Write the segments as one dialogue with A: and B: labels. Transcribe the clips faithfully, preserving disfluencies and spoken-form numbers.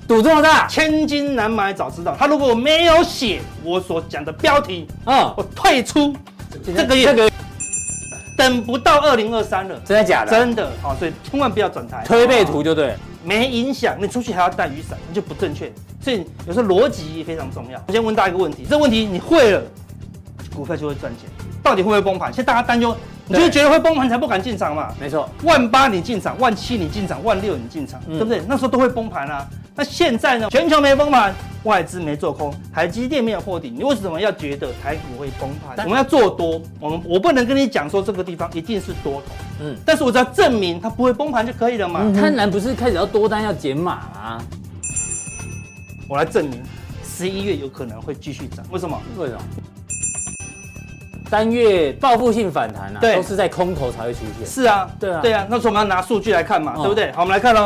A: 赌这么大，
B: 千金难买早知道。他如果没有写我所讲的标题，
A: 嗯，
B: 我退出这个月，
A: 这个
B: 等不到二零二三了，
A: 真的假的？
B: 真的，好，所以千万不要转台，
A: 推背图就对了，
B: 没影响，你出去还要带雨伞，那就不正确。所以有时候逻辑非常重要。我先问大家一个问题，这个问题你会了，股票就会赚钱，到底会不会崩盘？现在大家担忧。你就是觉得会崩盘才不敢进场嘛？
A: 没错，
B: 万八你进场，万七你进场，万六你进场，嗯、对不对？那时候都会崩盘啊。那现在呢？全球没崩盘，外资没做空，台积电没有破底，你为什么要觉得台股会崩盘？我们要做多，我们我不能跟你讲说这个地方一定是多头，嗯，但是我只要证明它不会崩盘就可以了嘛。
A: 嗯、贪婪不是开始要多单要减码吗？
B: 我来证明，十一月有可能会继续涨。为什么？
A: 为什么？三月报复性反弹啊，都是在空头才会出现。
B: 是啊，对啊，对啊。那时候我们要拿数据来看嘛，哦、对不对？好，我们来看喽。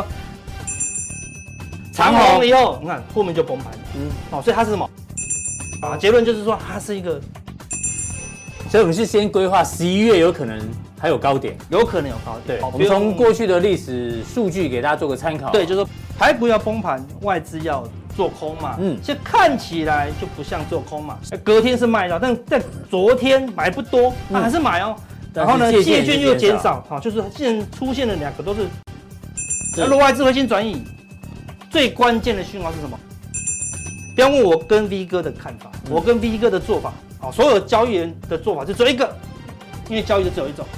B: 长红以后，你看后面就崩盘了。嗯，哦，所以它是什么？啊，结论就是说它是一个。
A: 所以我们是先规划十一月有可能还有高点，
B: 有可能有高点。
A: 对，我们从过去的历史数据给大家做个参考。
B: 对，就是说台股要崩盘，外资要做空嘛，嗯，现在看起来就不像做空嘛，隔天是卖到，但在昨天买不多，那、嗯、还是买哦。然后呢，借券又减少，好，就是现在出现了两个都是，那外资回心转意，最关键的讯号是什么？不要问我跟 V 哥的看法，嗯、我跟 V 哥的做法，好，所有交易员的做法就只有一个，因为交易就只有一种。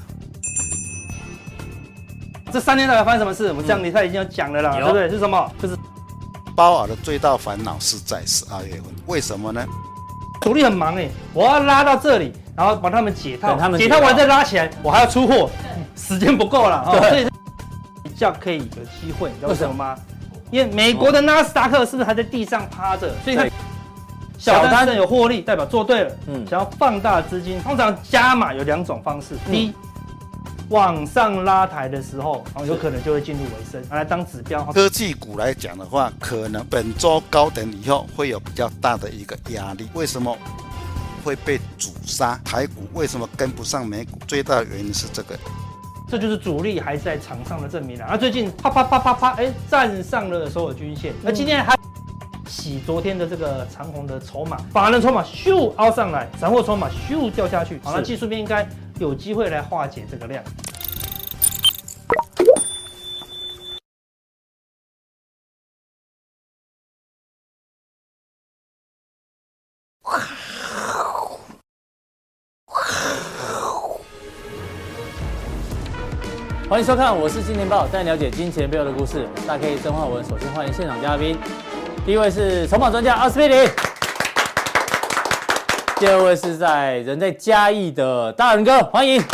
B: 这三天到底发生什么事？我们这样你他已经要讲了啦，对不对？是什么？就是。
C: 鲍尔的最大烦恼是在十二月份，为什么呢？
B: 主力很忙哎，我要拉到这里，然后帮他们解套，
A: 他们
B: 解套完再拉起来，我还要出货，时间不够了，所以比较可以有机会，你知道为什么吗？因为美国的纳斯达克是不是还在地上趴着？所以它小单有获利，代表做对了。嗯，想要放大资金，通常加码有两种方式，第一。往上拉抬的时候，然后有可能就会进入尾声，拿来当指标。
C: 科技股来讲的话，可能本周高点以后会有比较大的一个压力。为什么会被阻杀？台股为什么跟不上美股？最大的原因是这个。
B: 这就是主力还是在场上的证明了。啊，最近啪啪啪啪啪，哎，站上了所有均线，而今天还洗昨天的这个长红的筹码，法人筹码咻凹上来，散户筹码咻掉下去。好，那技术面应该有机会来化解这个量。
A: 欢迎收看，我是金钱豹，带你了解金钱背后的故事。大 K 曾焕文，首先欢迎现场嘉宾，第一位是筹码专家阿司匹林，第二位是在人在嘉义的大仁哥，欢迎。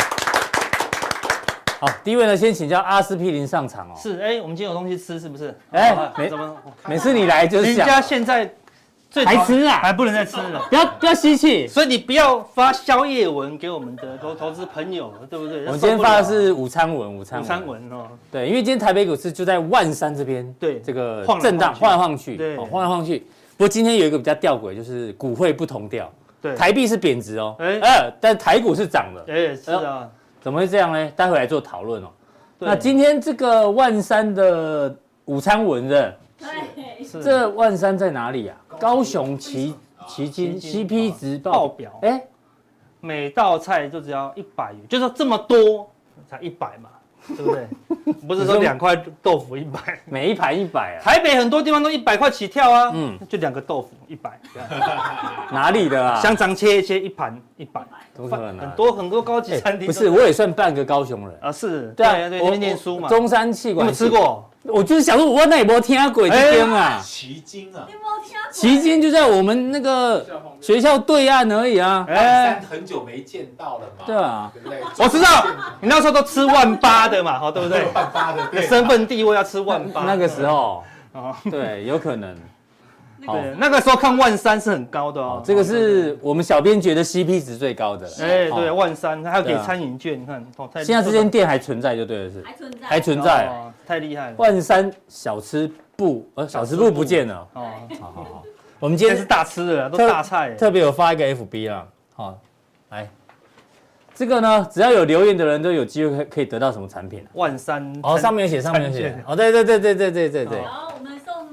A: 好，第一位呢，先请教阿司匹林上场哦。
B: 是，哎、欸，我们今天有东西吃，是不是？
A: 哎、欸，每怎么每次你来就是
B: 人家现在最
A: 还吃啊，
B: 还不能再吃了，
A: 不要不要吸气。
B: 所以你不要发宵夜文给我们的投投资朋友，对不对？
A: 我们今天发的是午餐文，午餐
B: 午餐文哦。
A: 对，因为今天台北股市就在万三这边，
B: 对
A: 这个震荡晃来晃去，对，晃来晃去。不过今天有一个比较吊诡，就是股汇不同调，对，台币是贬值哦，哎、欸，但台股是涨的，
B: 哎、欸，是啊，
A: 怎么会这样呢？待会来做讨论哦。那今天这个万三的午餐文的，这万三在哪里啊？高雄旗旗津 C P 值
B: 报表，哎、欸，每道菜就只要一百元，就说这么多才一百嘛，对不对？不是说两块豆腐一百，
A: 每一盘一百啊。
B: 台北很多地方都一百块起跳啊，嗯，就两个豆腐一百，
A: 哪里的啊？
B: 香肠切一切一盘一百。
A: 怎么可能、啊？
B: 很多很多高级餐厅、欸、
A: 不是，我也算半个高雄人
B: 啊，是，
A: 对啊，
B: 对，那边念书嘛。
A: 中山气管，
B: 有吃过？
A: 我就是想说，我那也没听过这边啊。
D: 旗津啊，
E: 你没有听过？
A: 旗津就在我们那个学校对岸而已啊。
D: 哎，很久没见到了嘛。
A: 对啊，
D: 对不对？
B: 我知道，你那时候都吃万八的嘛，好，对不对？
D: 万八的，对。
B: 身份地位要吃万八。
A: 那个时候，哦，对，有可能。
B: 对，那个时候看万三是很高的哦。
A: 这个是我们小编觉得 C P 值最高的。
B: 哎，对，万三，还要给餐饮券，你看，
A: 现在这间店还存在就对了，是。
E: 还存在。
A: 还存在，
B: 太厉害了。
A: 万三小吃部，呃，小吃部不见了。哦，好好好。我们今天
B: 是大吃的，都大菜。
A: 特别有发一个 F B 啦，好，来，这个呢，只要有留言的人都有机会可以得到什么产品？
B: 万三。
A: 哦，上面有写，上面有写。哦，对对对对对对对对。
E: 好，我们送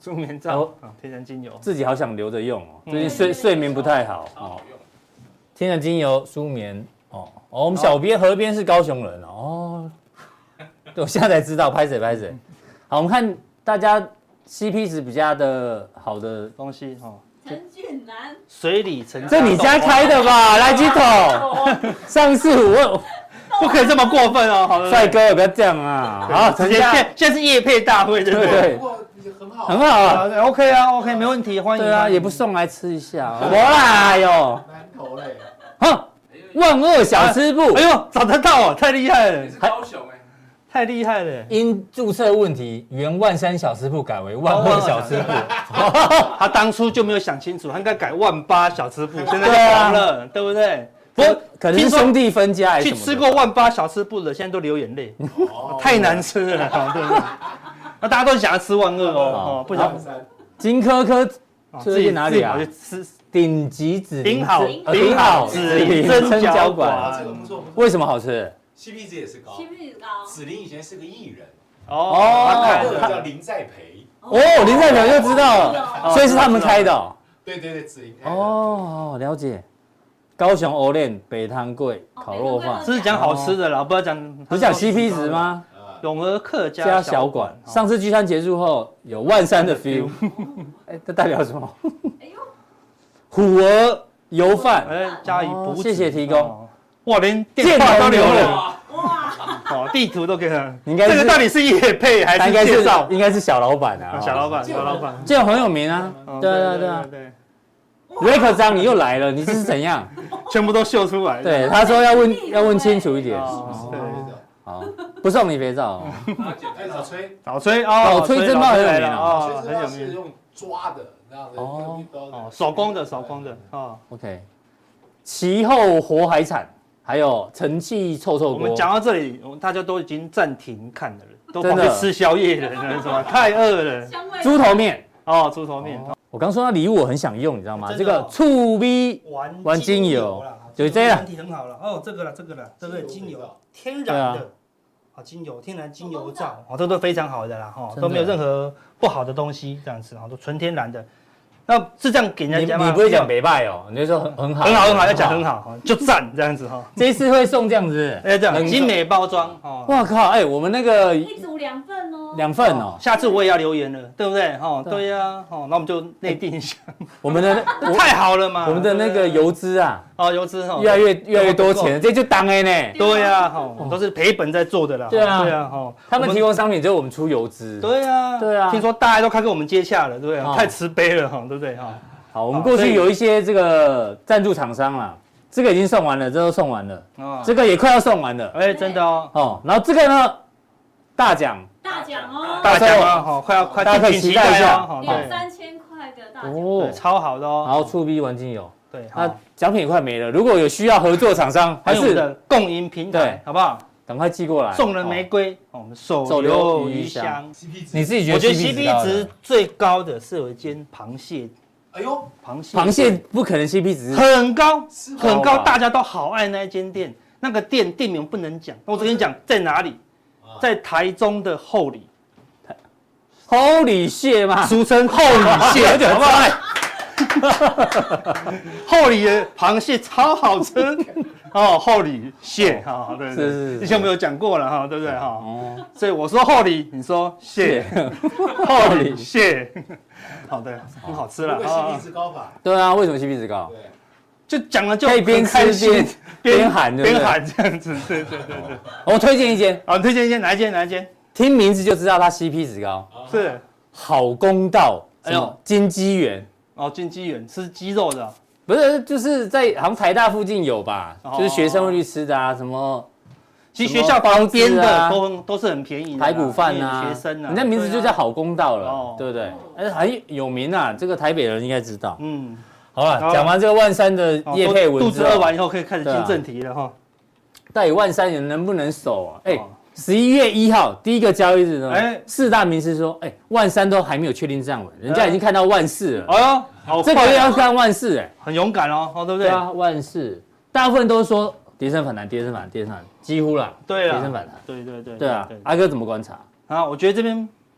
B: 助眠皂啊，天然精油，
A: 自己好想留着用哦，最近睡睡眠不太好哦。天然精油舒眠哦，哦，我们小编河边是高雄人哦，对，我现在才知道，拍谁拍谁。好，我们看大家 C P 值比较的好的
B: 东西哈。
E: 陈俊南，
B: 水里陈，
A: 这你家开的吧？来鸡头，上次我
B: 不可以这么过分哦，好了，
A: 帅哥不要这样啊！好，
B: 直接现现在是业配大会，对不对？
D: 不过很好，
A: 很好啊
B: ，OK 啊 ，OK 没问题，欢迎。
A: 对啊，也不送来吃一下，我啦哟，
D: 南投嘞，
A: 哼，万恶小吃部，
B: 哎呦，找得到哦，太厉害了，
D: 高雄哎，
B: 太厉害了。
A: 因注册问题，原万山小吃部改为万恶小吃部。
B: 他当初就没有想清楚，他应该改万八小吃部，现在就黄了，对不对？不过
A: 可能是兄弟分家还是
B: 去吃过万八小吃部的，现在都流眼泪，太难吃了，对不对？那大家都想要吃万恶哦，不想
A: 金科科这是哪里啊？
B: 吃
A: 顶级紫
B: 顶好
A: 顶好紫菱蒸饺馆，
D: 这个不错，
A: 为什么好吃
D: ？C P 值也是高
E: ，C P 值高。
D: 子琳以前是个艺人，
B: 哦，
D: 他这个叫林在培，
A: 哦，林在培就知道了，所以是他们开的。
D: 对对对，子琳开的。
A: 哦，了解。高雄欧链北汤粿烤肉饭，
B: 只是讲好吃的啦，不要讲，
A: 不是讲 C P 值吗？
B: 永和客家
A: 加小馆，上次聚餐结束后有万山的 feel， 哎，这代表什么？虎儿油饭，
B: 哎，加以补，
A: 谢谢提供。
B: 哇，连电话都留了，
E: 哇，
B: 哦，地图都给他。
A: 应该
B: 这个到底是业配还是介绍？
A: 应该是小老板啊，
B: 小老板，小老板，
A: 这样很有名啊。对对对对。瑞克章，你又来了，你这是怎样？
B: 全部都秀出来。
A: 对，他说要问要问清楚一点。
B: 对，
A: 好，不送你肥皂。
D: 哎，早吹，
B: 早吹哦，
A: 早吹真的很有名
D: 啊，很有名。是用抓的，这样子哦，
B: 哦，手工的，手工的哦。
A: OK， 其后活海产，还有陈记臭臭锅。
B: 我们讲到这里，我们大家都已经暂停看了，都跑去吃宵夜了，是吧？太饿了。
A: 猪头面
B: 哦，猪头面。
A: 我刚说那礼物我很想用，你知道吗？这个醋逼玩精油，就这样。
B: 体很好了哦，这个了，这个了，这个精油天然的，啊，精油天然精油皂，哦，这都非常好的啦，哈，都没有任何不好的东西，这样子，哈，都纯天然的。那是这样给人家吗？
A: 你不会讲北拜哦，你就说很很好，
B: 很好很好，要讲很好，就赞这样子哈。
A: 这一次会送这样子，
B: 哎，这样精美包装哦。
A: 哇靠，哎，我们那个
E: 一组两份哦，
A: 两份哦。
B: 下次我也要留言了，对不对？哈，对呀，哦，那我们就内定一下。
A: 我们的
B: 太好了嘛，
A: 我们的那个油资啊，
B: 哦，油资哈，
A: 越来越越来越多钱，这就当 A 呢。
B: 对呀，哈，都是赔本在做的啦。
A: 对啊，
B: 对啊，哈，
A: 他们提供商品，只有我们出油资。
B: 对啊，
A: 对啊，
B: 听说大家都开给我们接洽了，对不对？太慈悲了哈，对不对哈？
A: 好，我们过去有一些这个赞助厂商啦，这个已经送完了，这都送完了，哦，这个也快要送完了，
B: 哎，真的哦，
A: 哦，然后这个呢，大奖，
E: 大奖哦，
B: 大奖啊，好，快要快，
A: 大家可以期待一下，
E: 两三千块的大奖，
B: 哦，超好的哦，
A: 然后触逼玩精油，
B: 对，
A: 那奖品也快没了，如果有需要合作厂商，
B: 还是的共赢平台，好不好？
A: 赶快寄过来，
B: 送人玫瑰，我们手留余香。
A: 你自己觉得？
B: 我觉得 C P 值最高的是有一间螃蟹。
D: 哎呦，
B: 螃蟹，
A: 螃蟹不可能 C P 值
B: 很高，很高，大家都好爱那一间店。那个店店名不能讲，我只跟你讲在哪里，在台中的后里。
A: 后里蟹嘛，
B: 俗称后里蟹，好不好？后里的螃蟹超好吃哦，后里蟹哈，对对对，以前我们有讲过了哈，对不对哈？哦，所以我说后里，你说蟹，后里蟹，好的，很好吃了。
D: C P 值高吧？
A: 对啊，为什么 C P 值高？
B: 就讲了就
A: 可以边吃边边喊，
B: 边喊这样子，对对对对。
A: 我推荐一间，
B: 好，推荐一间，哪一间？哪一间？
A: 听名字就知道它 C P 值高，
B: 是
A: 好公道，哎呦，金鸡园。
B: 哦，金鸡园吃鸡肉的，
A: 不是，就是在好像台大附近有吧，就是学生会去吃的啊，什么，
B: 其实学校旁边的都都是很便宜的
A: 排骨饭啊，
B: 学生啊，
A: 人家名字就叫好公道了，对不对？哎，很有名啊，这个台北人应该知道。嗯，好了，讲完这个万山的业配文，
B: 肚子饿完以后可以开始进正题了哈。
A: 到底万山人能不能守啊？哎。十一月一号第一个交易日呢，哎，四大名师说，哎，万三都还没有确定站稳，人家已经看到万四了。哎呦，好，这个月要看万四，哎，
B: 很勇敢哦，哦，对不对？
A: 对啊，万四，大部分都是说跌升反弹，跌升反弹，跌升反弹，几乎啦，
B: 对啊，
A: 跌升反弹，
B: 对对对，
A: 对啊，阿哥怎么观察？
B: 啊，我觉得这边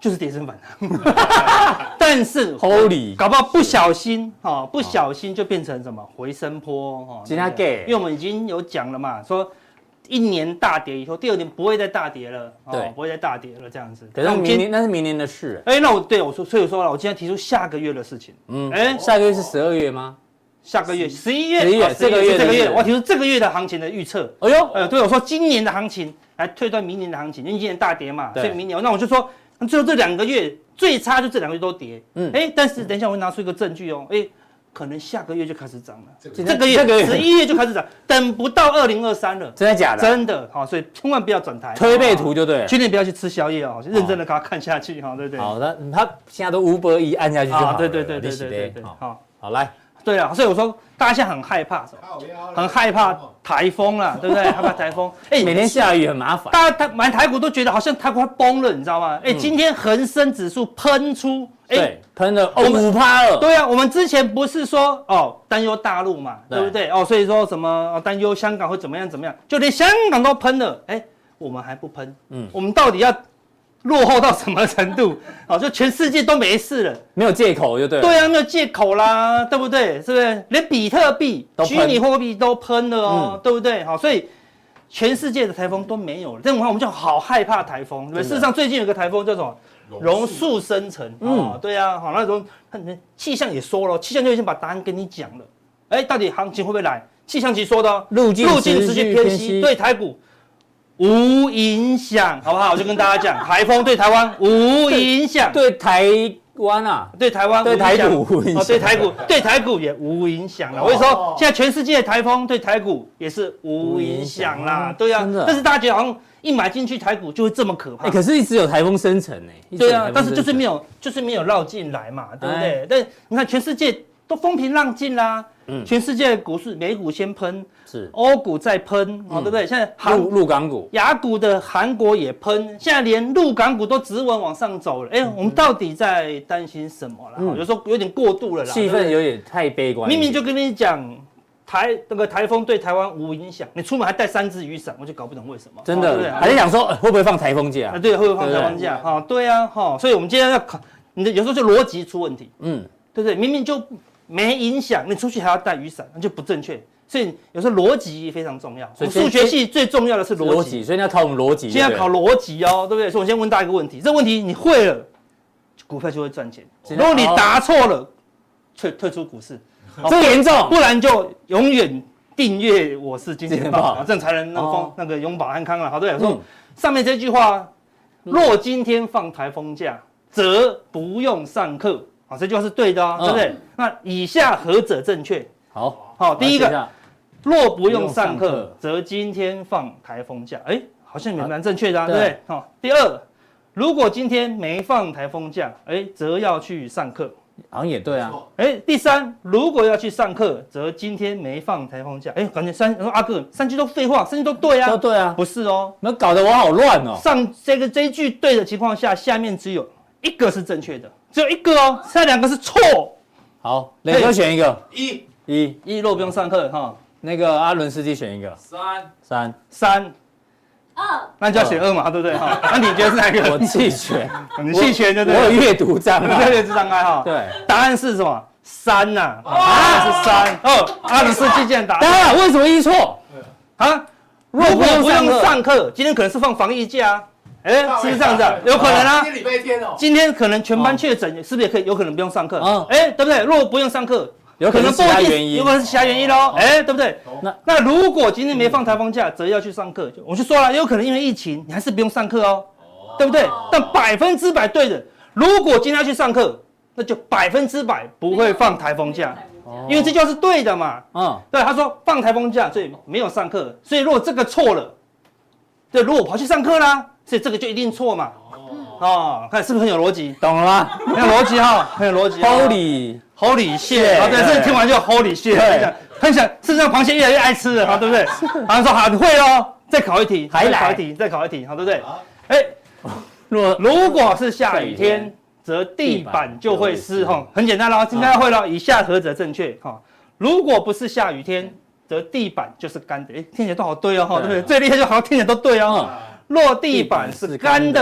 B: 就是跌升反弹，但是
A: Holy
B: 搞不好不小心哈、哦，不小心就变成什么回升坡哈，
A: 今天给，
B: 因为我们已经有讲了嘛，说一年大跌以后，第二年不会再大跌了，
A: 对、
B: 哦，不会再大跌了这样子。
A: 可是明年那是明年的事。
B: 哎，那我对我说，所以说了，我今天提出下个月的事情。
A: 嗯，哎，下个月是十二月吗？
B: 下个月十一月，
A: 十一月，这个月
B: 这个月，我提出这个月的行情的预测。
A: 哎呦，
B: 呃，对我说今年的行情来推断明年的行情，因为今年大跌嘛，所以明年，那我就说，最后这两个月最差就这两个月都跌。嗯，哎，但是等一下我会拿出一个证据哦，哎。可能下个月就开始涨了，这个月十一月就开始涨，等不到二零二三了，
A: 真的假的？
B: 真的，好，所以千万不要转台，
A: 推背图就对了，
B: 确定不要去吃宵夜哦，认真的给他看下去，哈，对不对？
A: 好的，他现在都五百一按下去就好了，
B: 对对对对对对对，
A: 好，好来，
B: 对了，所以我说大家现在很害怕，很害怕台风了，对不对？害怕台风，
A: 哎，每天下雨很麻烦，
B: 大家台买台股都觉得好像台股快崩了，你知道吗？哎，今天恒生指数喷出。
A: 对，喷了哦五趴了。
B: 对啊，我们之前不是说哦担忧大陆嘛，对不对？哦，所以说什么担忧香港会怎么样怎么样，就连香港都喷了，哎，我们还不喷，嗯，我们到底要落后到什么程度？哦，就全世界都没事了，
A: 没有借口就对了。
B: 对啊，没有借口啦，对不对？是不是？连比特币、虚拟货币都喷了哦，嗯、对不对？好，所以全世界的台风都没有了，这种话我们就好害怕台风，对不对？事实上，最近有个台风叫什么？榕树生成，嗯，对啊，好，那种气象也说了，气象就已经把答案跟你讲了，哎，到底行情会不会来？气象局说的，
A: 路径
B: 路径持续偏西，对台股无影响，好不好？我就跟大家讲，台风对台湾无影响，
A: 对台湾啊，
B: 对台湾
A: 对台股无影响，
B: 对台股对台股也无影响了。我跟你说，现在全世界的台风对台股也是无影响啦，对啊，但是大家觉得好像。一买进去台股就会这么可怕？
A: 哎，可是一直有台风生成哎。
B: 对啊，但是就是没有，就是没有绕进来嘛，对不对？但你看全世界都风平浪静啦，嗯，全世界股市美股先喷，是欧股再喷，哦，对不对？现在
A: 陆陆港股、
B: 亚股的韩国也喷，现在连陆港股都直稳往上走了。哎，我们到底在担心什么啦？有时候有点过度了啦，
A: 气氛有点太悲观。
B: 明明就跟你讲。台那个台风对台湾无影响，你出门还带三支雨伞，我就搞不懂为什么。
A: 真的，对还在想说会不会放台风假？
B: 啊，对，会不会放台风假？哈，对啊，哈，所以我们今天要考你的，有时候就逻辑出问题，嗯，对不对？明明就没影响，你出去还要带雨伞，那就不正确。所以有时候逻辑非常重要。所以数学系最重要的是逻辑，
A: 所以你要考我们逻辑。
B: 现在要考逻辑哦，对不对？所以我先问大家一个问题，这个问题你会了，股票就会赚钱；如果你答错了，退退出股市。
A: 这么严重，
B: 不然就永远订阅我是金钱豹，这样才能那个风那个永保安康了。好，对，说上面这句话，若今天放台风假，则不用上课。好，这句话是对的哦，对不对？那以下何者正确？
A: 好，
B: 好，第一个，若不用上课，则今天放台风假。哎，好像也蛮正确的啊，对不对？好，第二，如果今天没放台风假，哎，则要去上课。
A: 好像也对啊，
B: 哎，第三，如果要去上课，则今天没放台风假，哎，感觉三阿哥三句都废话，三句都对啊，
A: 都对啊，
B: 不是哦，
A: 那搞得我好乱哦。
B: 上这个这一句对的情况下，下面只有一个是正确的，只有一个哦，剩下两个是错。
A: 好，磊哥选一个，
D: 一，
A: 一，
B: 一，若不用上课哈，
A: 那个阿伦斯基选一个，
D: 三，
A: 三，
B: 三。
E: 二，
B: 那就要选二嘛，对不对哈？那你觉得是哪一个？
A: 我弃权，
B: 你弃权对不对？
A: 我有阅读障碍，
B: 阅读障碍哈。
A: 对，
B: 答案是什么？三呐，答案是三。哦，阿伦斯基竟然答
A: 当然，为什么一错？
B: 啊？如果不用上课，今天可能是放防疫假啊。哎，是不是这样子？有可能啊。
D: 今天礼拜天哦。
B: 今天可能全班确诊，是不是也可以？有可能不用上课。嗯。哎，对不对？如果不用上课。
A: 有可能是其他原因，
B: 有可能是其他原因喽，哎，对不对？那那如果今天没放台风假，则要去上课，我就说了，有可能因为疫情，你还是不用上课哦，对不对？但百分之百对的，如果今天要去上课，那就百分之百不会放台风假，因为这句话是对的嘛。嗯，对，他说放台风假，所以没有上课，所以如果这个错了，对，如果我跑去上课啦，所以这个就一定错嘛。哦，看是不是很有逻辑？
A: 懂了吗？
B: 很有逻辑哈，很有逻辑。
A: Holy
B: Holy shit！啊，对，这听完就 Holy shit，很想，事实上螃蟹越来越爱吃了，好，对不对？然后说好，你会哦，再考一题，
A: 还
B: 考一题，再考一题，好，对不对？哎，如如果是下雨天，则地板就会湿，哈，很简单了，今天要会了，以下何者正确？哈，如果不是下雨天，则地板就是干的，哎，听起来都好对哦，哈，对不对？最厉害就好像听起来都对哦。若地板是干的，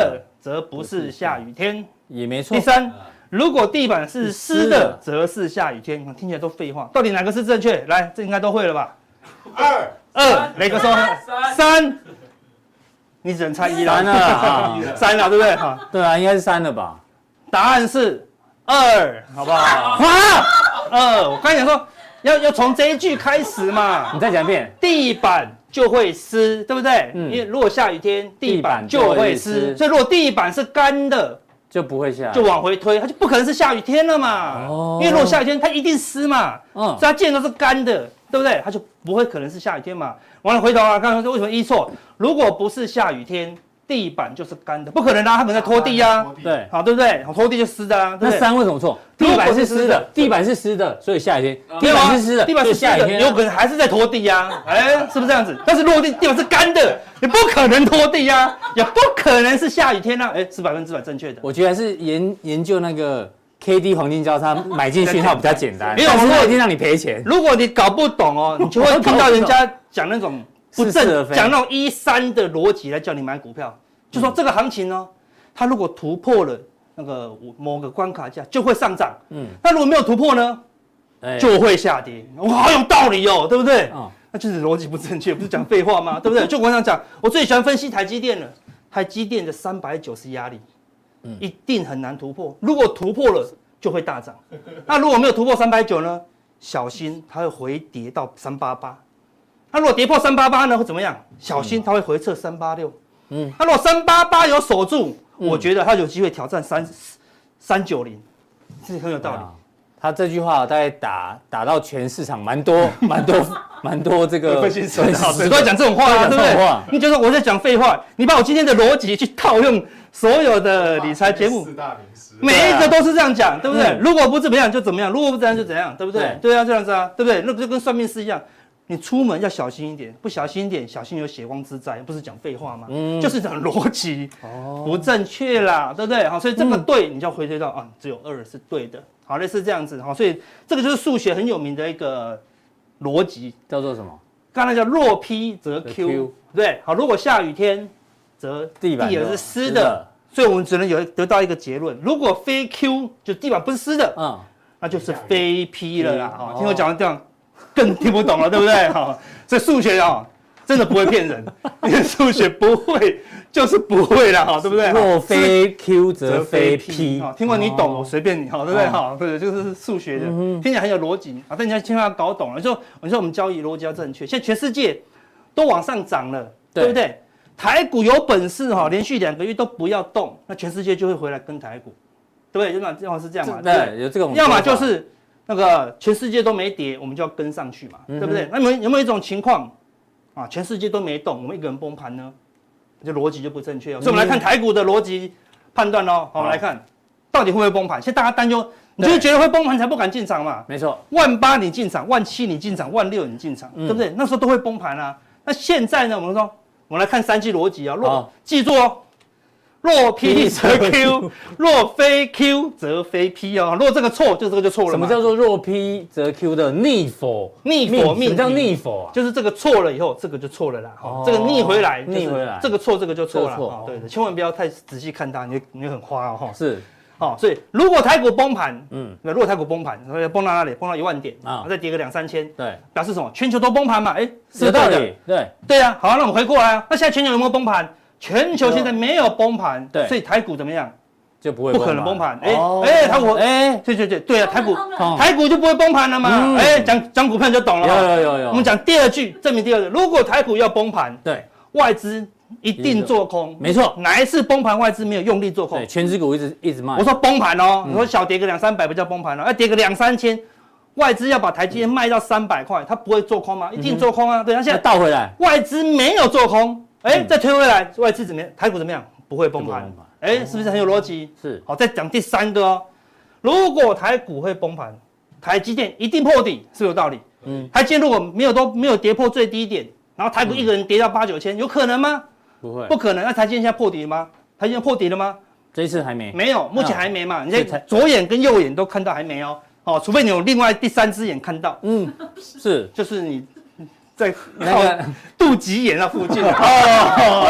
B: 则不是下雨天，
A: 也没错。
B: 第三，如果地板是湿的，则是下雨天。听起来都废话，到底哪个是正确？来，这应该都会了吧？
D: 二
B: 二，雷哥说三，你只能猜一了。
A: 三了，
B: 三了，对不对？哈，
A: 对啊，应该是三了吧？
B: 答案是二，好不好？哇，二，我刚才讲说要要从这一句开始嘛。
A: 你再讲一遍，
B: 地板就会湿，对不对？嗯，因为如果下雨天，地板就会湿，所以如果地板是干的。
A: 就不会下，
B: 就往回推，它就不可能是下雨天了嘛。哦，因为如果下雨天，它一定湿嘛。嗯，所以它既然都是干的，对不对？它就不会可能是下雨天嘛。完了回头啊，刚刚说为什么一错？如果不是下雨天，地板就是干的，不可能啊，它可能在拖地啊。对，好，对不对？拖地就湿的啊。
A: 那三为什么错？地板是湿的，地板是湿的，所以下雨天。地板是湿的，
B: 地板是下雨天，有可能还是在拖地呀。哎，是不是这样子？但是落地地板是干的，也不可能拖地呀，也不可能是下雨天啊。哎，是百分之百正确的。
A: 我觉得还是研研究那个 K D 黄金交叉买进讯号比较简单，
B: 因为我
A: 们一定让你赔钱。
B: 如果你搞不懂哦，你就会听到人家讲那种不正，讲那种一三的逻辑来叫你买股票，就说这个行情呢，它如果突破了那个某个关卡价，就会上涨。嗯，那如果没有突破呢，就会下跌。哇，好有道理哦，对不对？哦，那就是逻辑不正确，不是讲废话吗？对不对？就我想讲，我最喜欢分析台积电了，台积电的三百九十压力。嗯，一定很难突破。如果突破了，就会大涨。那如果没有突破三百九呢？小心它会回跌到三百八十。那如果跌破三百八十呢，会怎么样？小心它会回撤三百八十六。嗯，那如果三百八十有守住，嗯、我觉得它有机会挑战三三九零，这很有道理。啊、
A: 他这句话大概打打到全市场蛮多蛮多蛮多这个
B: 分析师都在讲这种话啊，对不对？你就说我在讲废话，你把我今天的逻辑去套用。所有的理财节目，每一个都是这样讲，对不对？如果不怎么样就怎么样，如果不怎样就怎样，对不对？对啊，这样子啊，对不对？那就跟算命师一样，你出门要小心一点，不小心一点，小心有血光之灾，不是讲废话吗？嗯，就是讲逻辑不正确啦，对不对？好，所以这个对，你就要回推到啊，只有二是对的，好，类似这样子，好，所以这个就是数学很有名的一个逻辑，
A: 叫做什么？
B: 刚才叫若 P 则 Q， 对，好，如果下雨天。则地板是湿的，所以我们只能有得到一个结论：如果非 Q 就地板不是湿的，嗯，那就是非 P 了啦。哈，听我讲的这样更听不懂了，对不对？哈，这数学啊，真的不会骗人，因为数学不会就是不会啦，哈，对不对？
A: 若非 Q 则非 P，
B: 哈，听完你懂，我随便你，哈，对不对？哈，对，就是数学的，听起来很有逻辑啊，但你要千万要搞懂了。就你说我们交易逻辑要正确，现在全世界都往上涨了，对不对？台股有本事哈，连续两个月都不要动，那全世界就会回来跟台股，对不对？要么要么是这样嘛，
A: 对，有这种。
B: 要么就是那个全世界都没跌，我们就要跟上去嘛，嗯、对不对？那有有没有一种情况啊，全世界都没动，我们一个人崩盘呢？这逻辑就不正确哦。所以我们来看台股的逻辑判断喽。好，我们来看到底会不会崩盘？现在大家担忧，你就是觉得会崩盘才不敢进场嘛？
A: 没错，
B: 万八你进场，万七你进场，万六你进场，嗯、对不对？那时候都会崩盘啊。那现在呢？我们说。我们来看三句逻辑啊，若记住哦，若 P 则 Q， 若非 Q 则非 P 哦。如果这个错，就这个就错了。
A: 什么叫做若 P 则 Q 的逆否？
B: 逆否命？
A: 什么叫逆否啊？
B: 就是这个错了以后，这个就错了啦。哦，这个逆回来，
A: 逆回来，
B: 这个错，这个就错了。哦，对的，千万不要太仔细看它，你你很花哦。
A: 是。
B: 哦，所以如果台股崩盘，嗯，那如果台股崩盘，崩到哪里？崩到一万点啊，再跌个两三千，
A: 对，
B: 表示什么？全球都崩盘嘛？哎，
A: 是有道理，对，
B: 对啊。好，那我们回过来啊，那现在全球有没有崩盘？全球现在没有崩盘，对，所以台股怎么样？
A: 就不会
B: 不可能崩盘。哎哎，台股哎，对对对对啊，台股台股就不会崩盘了嘛？哎，讲讲股票你就懂了。
A: 有有有有。
B: 我们讲第二句，证明第二句，如果台股要崩盘，
A: 对，
B: 外资。一定做空，
A: 没错。
B: 哪一次崩盘外资没有用力做空？
A: 对，全指股一直一直卖。
B: 我说崩盘哦，你说小跌个两三百不叫崩盘了，要跌个两三千，外资要把台积电卖到三百块，他不会做空吗？一定做空啊。对，他现在
A: 倒回来，
B: 外资没有做空，哎，再推回来，外资怎么样？台股怎么样？不会崩盘，哎，是不是很有逻辑？
A: 是。
B: 好，再讲第三个哦，如果台股会崩盘，台积电一定破底，是有道理。嗯，台积电如果没有都没有跌破最低点，然后台股一个人跌到八九千，有可能吗？
A: 不会，
B: 不可能。那台积电现在破底了吗？台积电破底了吗？
A: 这一次还没，
B: 没有，目前还没嘛。你在左眼跟右眼都看到还没哦，哦，除非你有另外第三只眼看到。
A: 嗯，是，
B: 就是你在那个肚脐眼那附近哦。哎呀，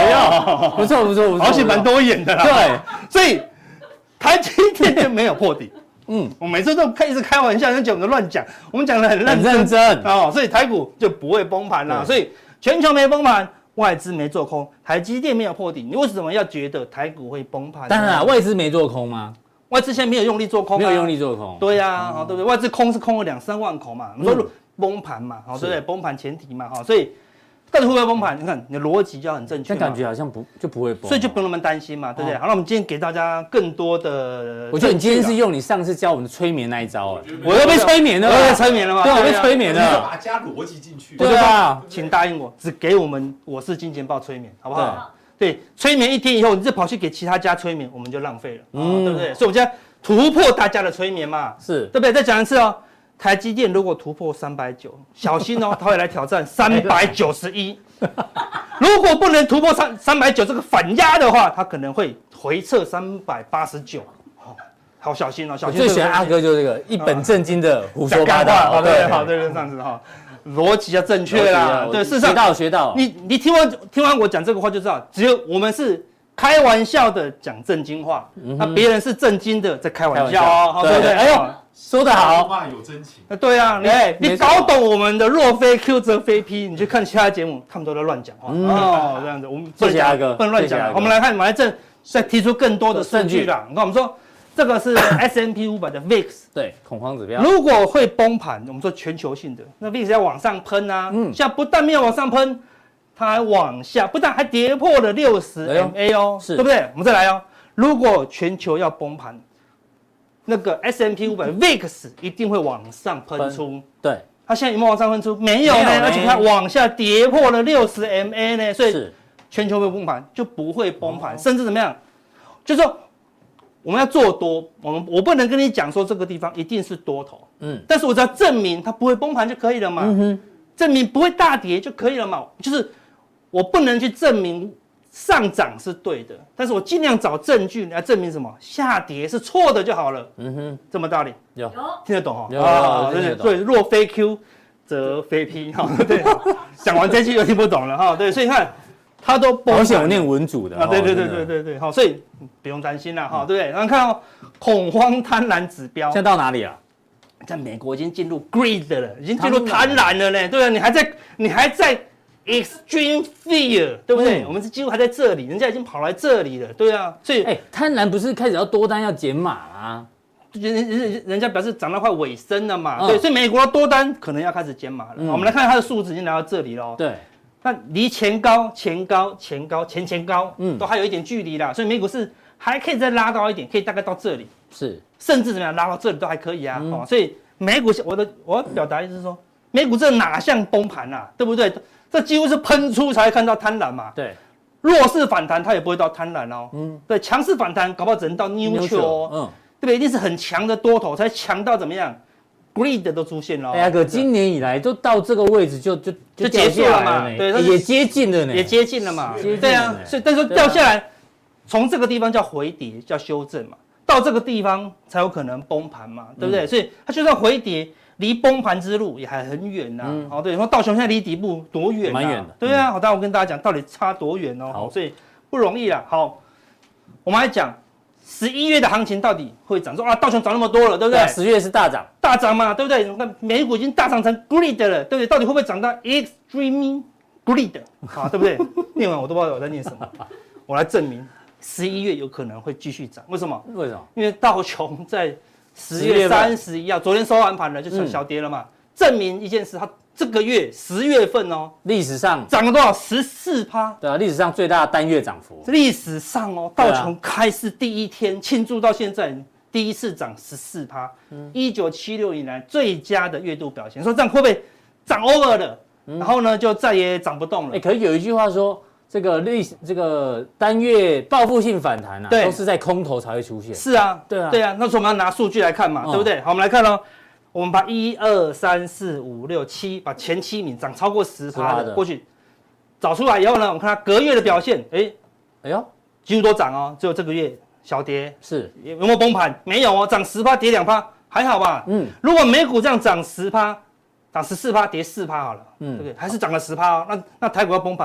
A: 不错不错不错，
B: 好像蛮多眼的啦。
A: 对，
B: 所以台积电就没有破底。嗯，我每次都开一直开玩笑，跟讲我们乱讲，我们讲的很认真，
A: 很认真
B: 哦，所以台股就不会崩盘啦。所以全球没崩盘，外资没做空，台积电没有破底，你为什么要觉得台股会崩盘？
A: 当然啦，外资没做空吗？
B: 外资现在没有用力做空、啊，
A: 没有用力做空。
B: 对呀、啊，嗯、对不对？外资空是空了两三万口嘛，你说崩盘嘛，好、嗯、对不对？崩盘前提嘛，哈，所以。到底会不会崩盘？你看你的逻辑就要很正确，
A: 但感觉好像不就不会崩，
B: 所以就不用那么担心嘛，对不对？哦、好，那我们今天给大家更多的，
A: 我觉得你今天是用你上次教我们的催眠那一招哎，
B: 我又被催眠了，我又被催眠了吗？
A: 对，我被催眠了，
D: 把它加逻辑进去。
A: 对啊，
B: 请答应我，只给我们我是金钱豹催眠，好不好？对，催眠一天以后，你再跑去给其他家催眠，我们就浪费了，嗯，对不对？所以我们现在突破大家的催眠嘛，
A: 是
B: 对不对？再讲一次哦。台积电如果突破三百九，小心哦，它会来挑战三百九十一。如果不能突破三三百九这个反压的话，它可能会回撤三百八十九。好小心哦，小心。
A: 最喜欢阿哥就是这个一本正经的胡说八道，
B: 好对，好对，这样子哈，逻辑要正确啦。对，事实上
A: 学到学到。
B: 你你听完听完我讲这个话就知道，只有我们是开玩笑的讲正经话，那别人是正经的在开玩笑哦，对不对？哎呦。
A: 说得好，
D: 话有真情。
B: 对啊，你你搞懂我们的若非 Q 则非 P， 你去看其他节目，他们都在乱讲话哦，这样子我们
A: 谢谢阿哥，
B: 不能乱讲。我们来看马来正再提出更多的证据啦。你看我们说这个是 S and P 五百的 V I X，
A: 对，恐慌指标。
B: 如果会崩盘，我们说全球性的，那 V I X 要往上喷啊，嗯，现在不但没有往上喷，它还往下，不但还跌破了六十 M A 哦，是对不对？我们再来哦，如果全球要崩盘。那个 S and P 五百 V I X 一定会往上喷出，
A: 对，
B: 它现在有没有往上喷出？没有呢，而且它往下跌破了六十 M A 呢，所以全球会崩盘就不会崩盘，甚至怎么样？就是说我们要做多，我们我不能跟你讲说这个地方一定是多头，嗯，但是我只要证明它不会崩盘就可以了嘛，嗯哼，证明不会大跌就可以了嘛，就是我不能去证明。上涨是对的，但是我尽量找证据来证明什么下跌是错的就好了。嗯哼，这么道理
A: 有
B: 听得懂哈？
A: 有啊，对
B: 对，若非 Q 则非 P 哈。对，讲完这句又听不懂了哈。对，所以你看它都崩盘。
A: 而且我念文组的
B: 啊，对对对对对对，好，所以不用担心了哈，对不对？然后看到恐慌贪婪指标，
A: 现在到哪里了？
B: 在美国已经进入 greed 了，已经进入贪婪了呢。对啊，你还在你还在。Extreme fear， 对不对？嗯、我们是几乎还在这里，人家已经跑来这里了，对啊，所以，
A: 哎、欸，贪婪不是开始要多单要减码吗？
B: 人人人家表示涨到快尾声了嘛，嗯、对，所以美国的多单可能要开始减码了。嗯、我们来看它的数字已经来到这里了，
A: 对，
B: 那离前高、前高、前高、前前高，嗯，都还有一点距离啦，所以美股是还可以再拉高一点，可以大概到这里，
A: 是，
B: 甚至怎么样拉到这里都还可以啊，嗯、哦，所以美股我的我要表达意思是说，美股这哪像崩盘啊，对不对？这几乎是喷出才看到贪婪嘛，
A: 对，
B: 弱势反弹它也不会到贪婪哦，嗯，对，强势反弹搞不好只能到 neutral 哦，嗯，对不对？一定是很强的多头才强到怎么样 ，greed 都出现了。
A: 哎呀哥，今年以来都到这个位置就就
B: 就结束了嘛，
A: 对，也接近了呢，
B: 也接近了嘛，对啊，所以但是掉下来，从这个地方叫回跌，叫修正嘛，到这个地方才有可能崩盘嘛，对不对？所以它就算回跌。离崩盘之路也还很远呐、啊，嗯、哦对，说道琼现在离底部多远、啊？
A: 蛮远的，
B: 对啊，好，待会我跟大家讲到底差多远哦，好，所以不容易啦。好，我们来讲十一月的行情到底会涨，说啊，道琼涨那么多了，对不对？
A: 十、啊、月是大涨，
B: 大涨嘛，对不对？你看美股已经大涨成 greed 了，对不对？到底会不会涨到 extreme greed？ 好，对不对？念完我都不知道我在念什么，我来证明十一月有可能会继续涨，为什么？
A: 为什么？
B: 因为道琼在。十月三十一号，昨天收完盘了，就小跌了嘛。嗯、证明一件事，它这个月十月份哦，
A: 历史上
B: 涨了多少？十四趴。
A: 对啊，历史上最大的单月涨幅。
B: 历史上哦，道琼开市第一天庆祝到现在，第一次涨十四趴，一九七六以来最佳的月度表现。说这样会不会涨 over 了？嗯、然后呢，就再也涨不动了。
A: 哎、欸，可是有一句话说。这个历这个单月报复性反弹啊，都是在空头才会出现。
B: 是啊，
A: 对啊，
B: 对啊。那时候我们要拿数据来看嘛，哦、对不对？好，我们来看哦。我们把一二三四五六七，把前七名涨超过十趴的过去找出来以后呢，我们看它隔月的表现，哎，哎呦，几乎都涨哦，只有这个月小跌。
A: 是
B: 有没有崩盘？没有哦，涨十趴，跌两趴，还好吧？嗯。如果美股这样涨十趴，涨十四趴，跌四趴好了，嗯，对不对？还是涨了十趴哦。那那台股要崩盘吗？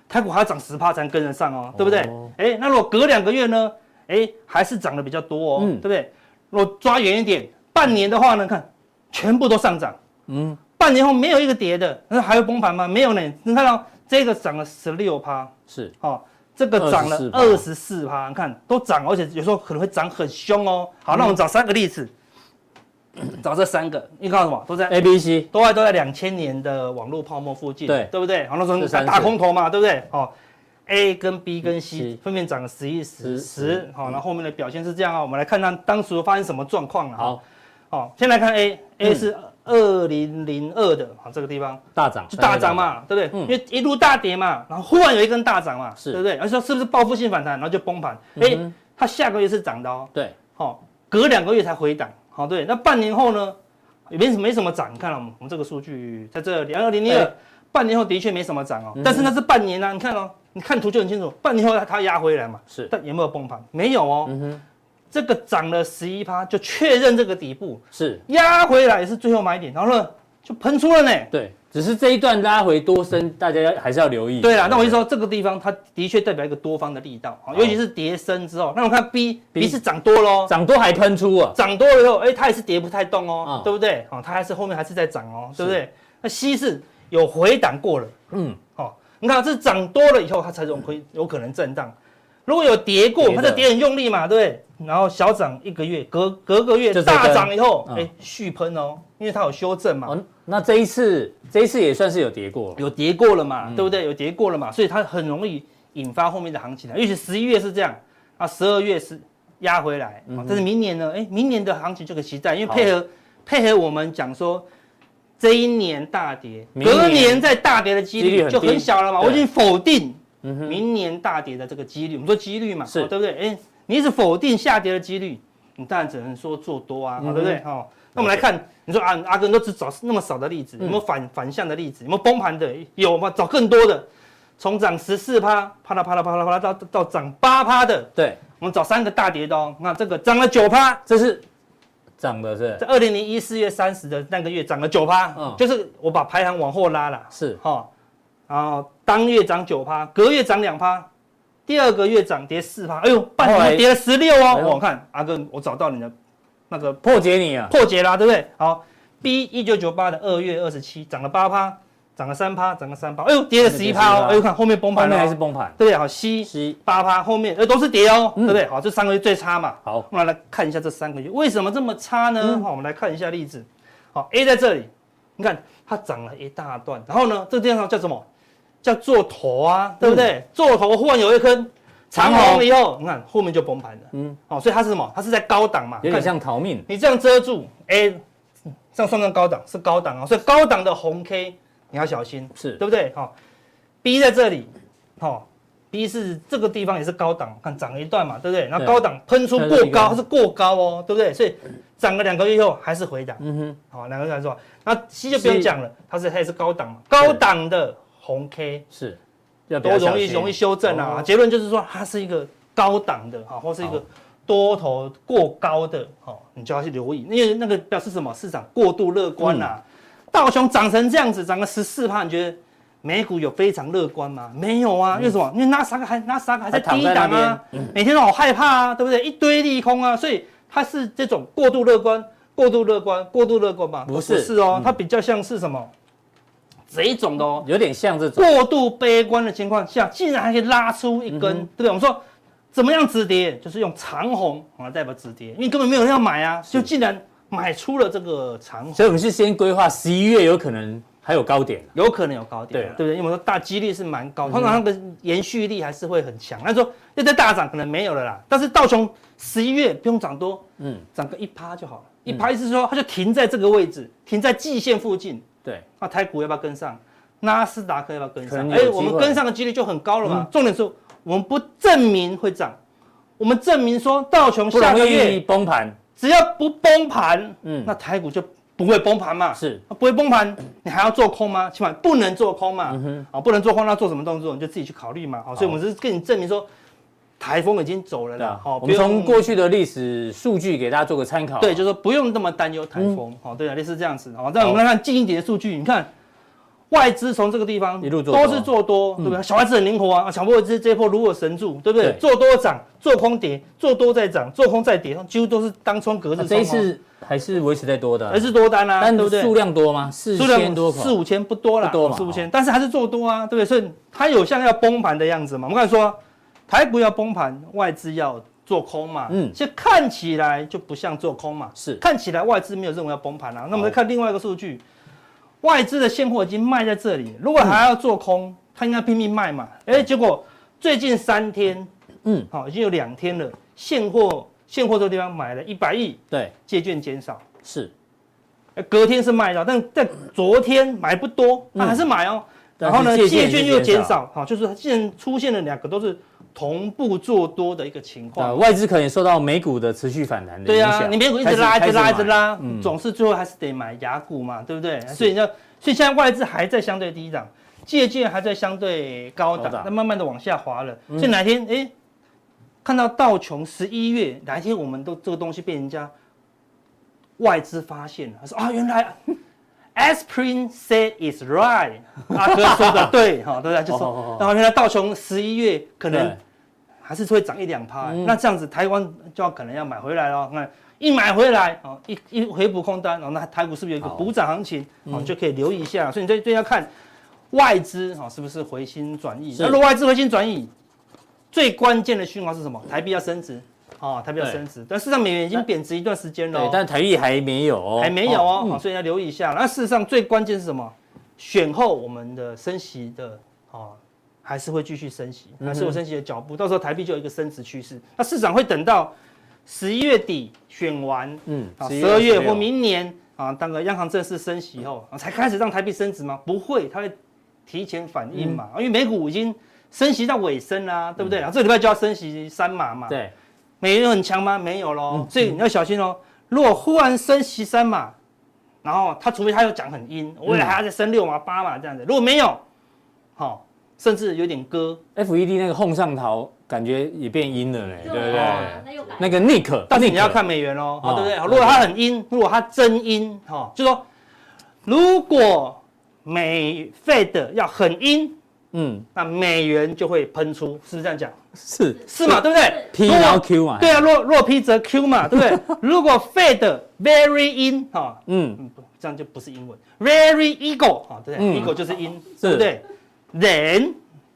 B: 台股还要涨十趴才能跟得上哦，对不对？哎，那如果隔两个月呢？哎，还是涨得比较多哦，对不对？如果抓远一点，半年的话呢，看全部都上涨，嗯，半年后没有一个跌的，那还会崩盘吗？没有呢。你看到这个涨了十六趴，
A: 是
B: 哦，这个涨了二十四趴，你看都涨，而且有时候可能会涨很凶哦。好，那我们找三个例子。找这三个，你看什么？都在
A: A、B、C，
B: 都在都在两千年的网络泡沫附近，
A: 对
B: 对不对？好，那时候大空头嘛，对不对？哦 ，A 跟 B 跟 C 分别涨了十一、十、十，好，那后面的表现是这样啊。我们来看看当时发生什么状况了。
A: 好，
B: 好，先来看 A，A 是二零零二的，好，这个地方
A: 大涨，
B: 就大涨嘛，对不对？因为一路大跌嘛，然后忽然有一根大涨嘛，对不对？而且说是不是报复性反弹，然后就崩盘？哎，它下个月是涨的哦，
A: 对，
B: 好，隔两个月才回档，好，对，那半年后呢？也没什么没什么涨，你看了我们我们这个数据在这里，二零零二半年后的确没什么涨哦，但是那是半年啊，你看哦，你看图就很清楚，半年后它它压回来嘛，
A: 是，
B: 但有没有崩盘？没有哦，嗯哼，这个涨了十一趴，就确认这个底部
A: 是
B: 压回来是最后买点，然后呢就喷出了呢，
A: 对，只是这一段拉回多深，大家还是要留意。
B: 对啦，那我就说这个地方它的确代表一个多方的力道，尤其是跌深之后，那我看 B B 是涨多喽，
A: 涨多还喷出啊，
B: 涨多了以后，哎，它也是跌不太动哦，对不对？哦，它还是后面还是在涨哦，对不对？那 C 是有回档过了，嗯，好，你看这涨多了以后，它才有可有可能震荡。如果有跌过，它就跌很用力嘛，对不对？然后小涨一个月，隔隔个月大涨以后，哎，续喷哦，因为它有修正嘛。
A: 哦，那这一次这一次也算是有跌过，
B: 有跌过了嘛，对不对？有跌过了嘛，所以它很容易引发后面的行情。尤其十一月是这样，啊，十二月是压回来，但是明年呢，哎，明年的行情就可以期待，因为配合配合我们讲说。这一年大跌，隔年再大跌的几率就很小了嘛。我已经否定明年大跌的这个几率，我们说几率嘛，对不对？哎，你一直否定下跌的几率，你当然只能说做多啊，对不对？哦，那我们来看，你说啊，阿哥都只找那么少的例子，有没有反反向的例子？有没有崩盘的？有吗？找更多的，从涨十四趴，啪啦啪啦啪啦啪啦到到涨八趴的，
A: 对，
B: 我们找三个大跌的哦。那这个涨了九趴，
A: 这是。涨的是
B: 在二零零一四月三十的那个月涨了九趴，嗯，就是我把排行往后拉了，
A: 是
B: 哈，然后当月涨九趴，隔月涨两趴，第二个月涨跌四趴，哎呦，半年跌了十六哦，我看阿哥，我找到你的那个
A: 破解你啊，
B: 破解啦，对不对？好 ，B 一九九八的二月二十七涨了八趴。涨了三趴，涨了三趴，哎呦，跌了十一趴哦，哎呦，看后面崩盘了，
A: 后面还是崩盘，
B: 对不对？好 ，C C 八趴，后面呃都是跌哦，对不对？好，这三个月最差嘛。
A: 好，
B: 我们来看一下这三个月为什么这么差呢？好，我们来看一下例子。好 ，A 在这里，你看它涨了一大段，然后呢，这个地方叫什么？叫做头啊，对不对？做头忽然有一根长红以后，你看后面就崩盘了。嗯，好，所以它是什么？它是在高档嘛，
A: 有点像逃命。
B: 你这样遮住 A， 这样算不算高档？是高档啊，所以高档的红 K。你要小心，
A: 是
B: 对不对？好 ，B 在这里，好 ，B 是这个地方也是高档，看涨了一段嘛，对不对？然后高档喷出过高，它是过高哦，对不对？所以涨了两个月以后还是回档，嗯哼，好，两个月来说，那 C 就不用讲了，它是它也是高档嘛，高档的红 K
A: 是，
B: 多容易容易修正啊。结论就是说它是一个高档的，好，或是一个多头过高的，好，你就要去留意，因为那个表示什么？市场过度乐观啊。道琼涨成这样子，涨个十四趴，你觉得美股有非常乐观吗？没有啊，因为什么？因为纳斯达克还纳斯达克还在低档啊，每天都好害怕啊，对不对？一堆利空啊，所以它是这种过度乐观、过度乐观、过度乐观嘛？
A: 不是，
B: 不是哦，它比较像是什么？这一种的哦，
A: 有点像这种
B: 过度悲观的情况下，竟然还可以拉出一根，对不对？我们说怎么样止跌，就是用长红来代表止跌，因为根本没有人要买啊，就竟然。买出了这个长红，
A: 所以我们是先规划十一月有可能还有高点，
B: 有可能有高点，对对不对？因为我们说大几率是蛮高，通常那个延续力还是会很强。那说要再大涨可能没有了啦，但是道琼十一月不用涨多，嗯，涨个一趴就好了。一趴意思是说它就停在这个位置，停在季线附近。
A: 对，
B: 那台股要不要跟上？纳斯达克要不要跟上？哎，我们跟上的几率就很高了嘛。重点是我们不证明会涨，我们证明说道琼下个月
A: 崩盘。
B: 只要不崩盘，嗯，那台股就不会崩盘嘛。
A: 是，
B: 不会崩盘，你还要做空吗？起码不能做空嘛。嗯哼，啊，不能做空，那做什么动作？你就自己去考虑嘛。好，所以我们是跟你证明说，台风已经走了啦。
A: 好，我们从过去的历史数据给大家做个参考。
B: 对，就是说不用那么担忧台风。好，对啊，类似这样子。好，再我们来看近一点的数据，你看， 外资从这个地方
A: 一路做
B: 都是做多，对不对？小外资很灵活啊，小波这这一波如果神助，对不对？
A: 对
B: 做多涨，做空跌，做多再涨，做空再跌，几乎都是当冲隔日冲。
A: 这一次还是维持在多的，
B: 还是多单啊，
A: 但
B: 对不对？
A: 数量多吗？四千多口，
B: 四五千不多啦，
A: 不多嘛，
B: 四五千，但是还是做多啊，对不对？所以它有像要崩盘的样子嘛。我们刚才说，台股要崩盘，外资要做空嘛，嗯，其实看起来就不像做空嘛，
A: 是
B: 看起来外资没有认为要崩盘啊。那我们再看另外一个数据，外资的现货已经卖在这里，如果还要做空，它应该拼命卖嘛。哎，结果最近三天，嗯，好，已经有两天了，现货现货这个地方买了一百亿，
A: 对，
B: 借券减少
A: 是，
B: 隔天是卖到，但在昨天买不多，它还是买哦。然后呢，借券又减少，好，就是现在出现了两个都是同步做多的一个情况。
A: 外资可能受到美股的持续反弹的影响。
B: 对啊，你美股一直拉，一直拉，一直拉，总是最后还是得买雅股嘛，对不对？所以你要，所以现在外资还在相对低档，借券还在相对高档，那慢慢的往下滑了。所以哪天哎，看到道琼十一月哪一天我们都这个东西被人家外资发现了，他说啊，原来。Aspirin said is right， 阿哥说的对，哈，对不对？就说，然后原来道琼十一月可能还是会涨一两趴，那这样子台湾就要可能要买回来了。那一买回来，哦，一一回补空单，哦，那台股是不是有一个补涨行情？哦，就可以留意一下。所以你最最要看外资，哦，是不是回心转意？那如果外资回心转意，最关键的讯号是什么？台币要升值。哦，台币要升值，但事实上美元已经贬值一段时间了，
A: 对，但台币还没有哦，
B: 还没有哦，嗯、所以要留意一下。那事实上最关键是什么？选后我们的升息的哦，还是会继续升息，还是有升息的脚步，到时候台币就有一个升值趋势。那市场会等到十一月底选完，嗯，十二月或明年啊，当个央行正式升息后，啊，才开始让台币升值吗？不会，它会提前反应嘛，嗯、因为美股已经升息到尾声啦，对不对？然后这个礼拜就要升息三码嘛，
A: 对。
B: 美元很强吗？没有咯，嗯、所以你要小心哦。如果忽然升息三码，然后他除非他又讲很阴，未来还要再升六码、八码这样子。如果没有，好、哦，甚至有点割
A: ，F E D 那个哄上逃感觉也变阴了嘞，对不对？
E: 哦、
A: 那个 Nick，
B: 但是你要看美元哦，哦对不对？如果它很阴，如果它真阴，哈、哦，就说如果美 Fed 要很阴。嗯，那美元就会喷出，是不是这样讲？
A: 是
B: 是嘛，对不对
A: ？P 然后 Q 嘛，
B: 对啊，若若 P 则 Q 嘛，对不对？如果 Fed very in 哈，嗯，这样就不是英文 ，very ego 哈，对不对 ？ego 就是阴，对不对 ？Then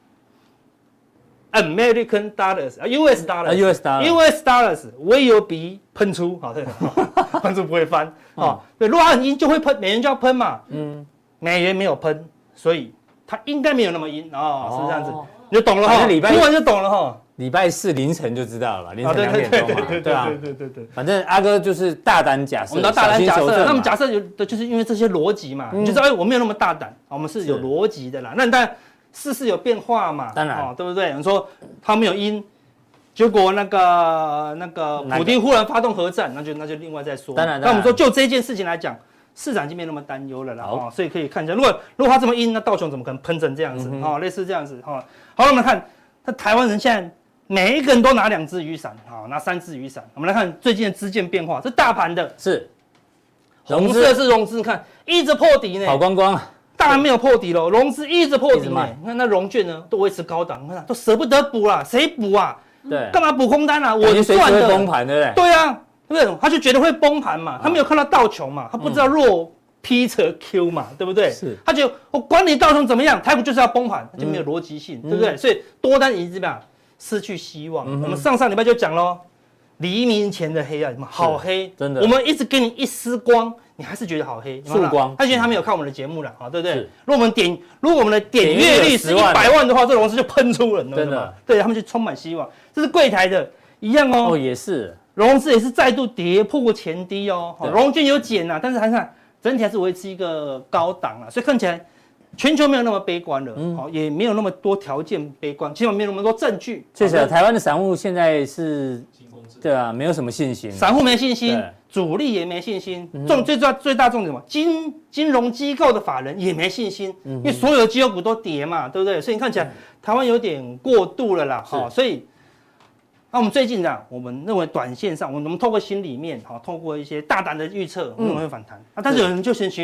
B: American dollars 啊 ，U S dollars，U
A: S dollars，U
B: S dollars will be 喷出，好，对，喷出不会翻，哦，对，如果它很阴就会喷，美元就要喷嘛，嗯，美元没有喷，所以。它应该没有那么阴哦，是这样子，你就懂了哈。听完就懂了哈。
A: 礼拜四凌晨就知道了吧？凌晨两点钟嘛，对啊，
B: 对对对对。
A: 反正阿哥就是大胆假设，
B: 我们大胆假设，那么假设有的就是因为这些逻辑嘛，你就知道哎，我没有那么大胆，我们是有逻辑的啦。那当然世事有变化嘛，
A: 当然，
B: 对不对？你说它没有阴，结果那个那个普丁忽然发动核战，那就那就另外再说。
A: 当然，
B: 那我们说就这件事情来讲。市场已经没那么担忧了啦，哦，所以可以看一下，如果如果它这么阴，那道琼怎么可能喷成这样子？哦，类似这样子，哈。好，我们看，那台湾人现在每一个人都拿两支雨伞，好，拿三支雨伞。我们来看最近的资建变化，这大盘的
A: 是
B: 红色是融资，看一直破底呢，
A: 跑光光，
B: 当然没有破底喽，融资一直破底呢。你看那融券呢都维持高档，你看都舍不得补啦，谁补啊？
A: 对，
B: 干嘛补空单啊？
A: 我赚的崩盘，对不对？
B: 对啊。对不对？他就觉得会崩盘嘛，他没有看到道琼嘛，他不知道若 P 则 Q 嘛，对不对？
A: 是，
B: 他就我管你道琼怎么样，台股就是要崩盘，他就没有逻辑性，对不对？所以多单已经怎么样失去希望。我们上上礼拜就讲喽，黎明前的黑暗，好黑，
A: 真的。
B: 我们一直给你一丝光，你还是觉得好黑，
A: 曙光。
B: 他觉得他没有看我们的节目了，啊，对不对？如果我们点，如果我们的点阅率是一百万的话，这融资就喷出了，
A: 真的。
B: 对他们就充满希望。这是柜台的一样哦，
A: 哦，也是。
B: 融资也是再度跌破前低哦，融券有减啊，但是还是整体还是维持一个高档啊，所以看起来全球没有那么悲观了，嗯，也没有那么多条件悲观，起码没有那么多证据。
A: 确实，台湾的散户现在是，对啊，没有什么信心，
B: 散户没信心，主力也没信心，重最重最大重点什么？金金融机构的法人也没信心，因为所有的绩优股都跌嘛，对不对？所以你看起来台湾有点过度了啦，哈，所以。那我们最近呢，我们认为短线上，我们透过心里面，好，透过一些大胆的预测，我们会反弹。啊，但是有人就先学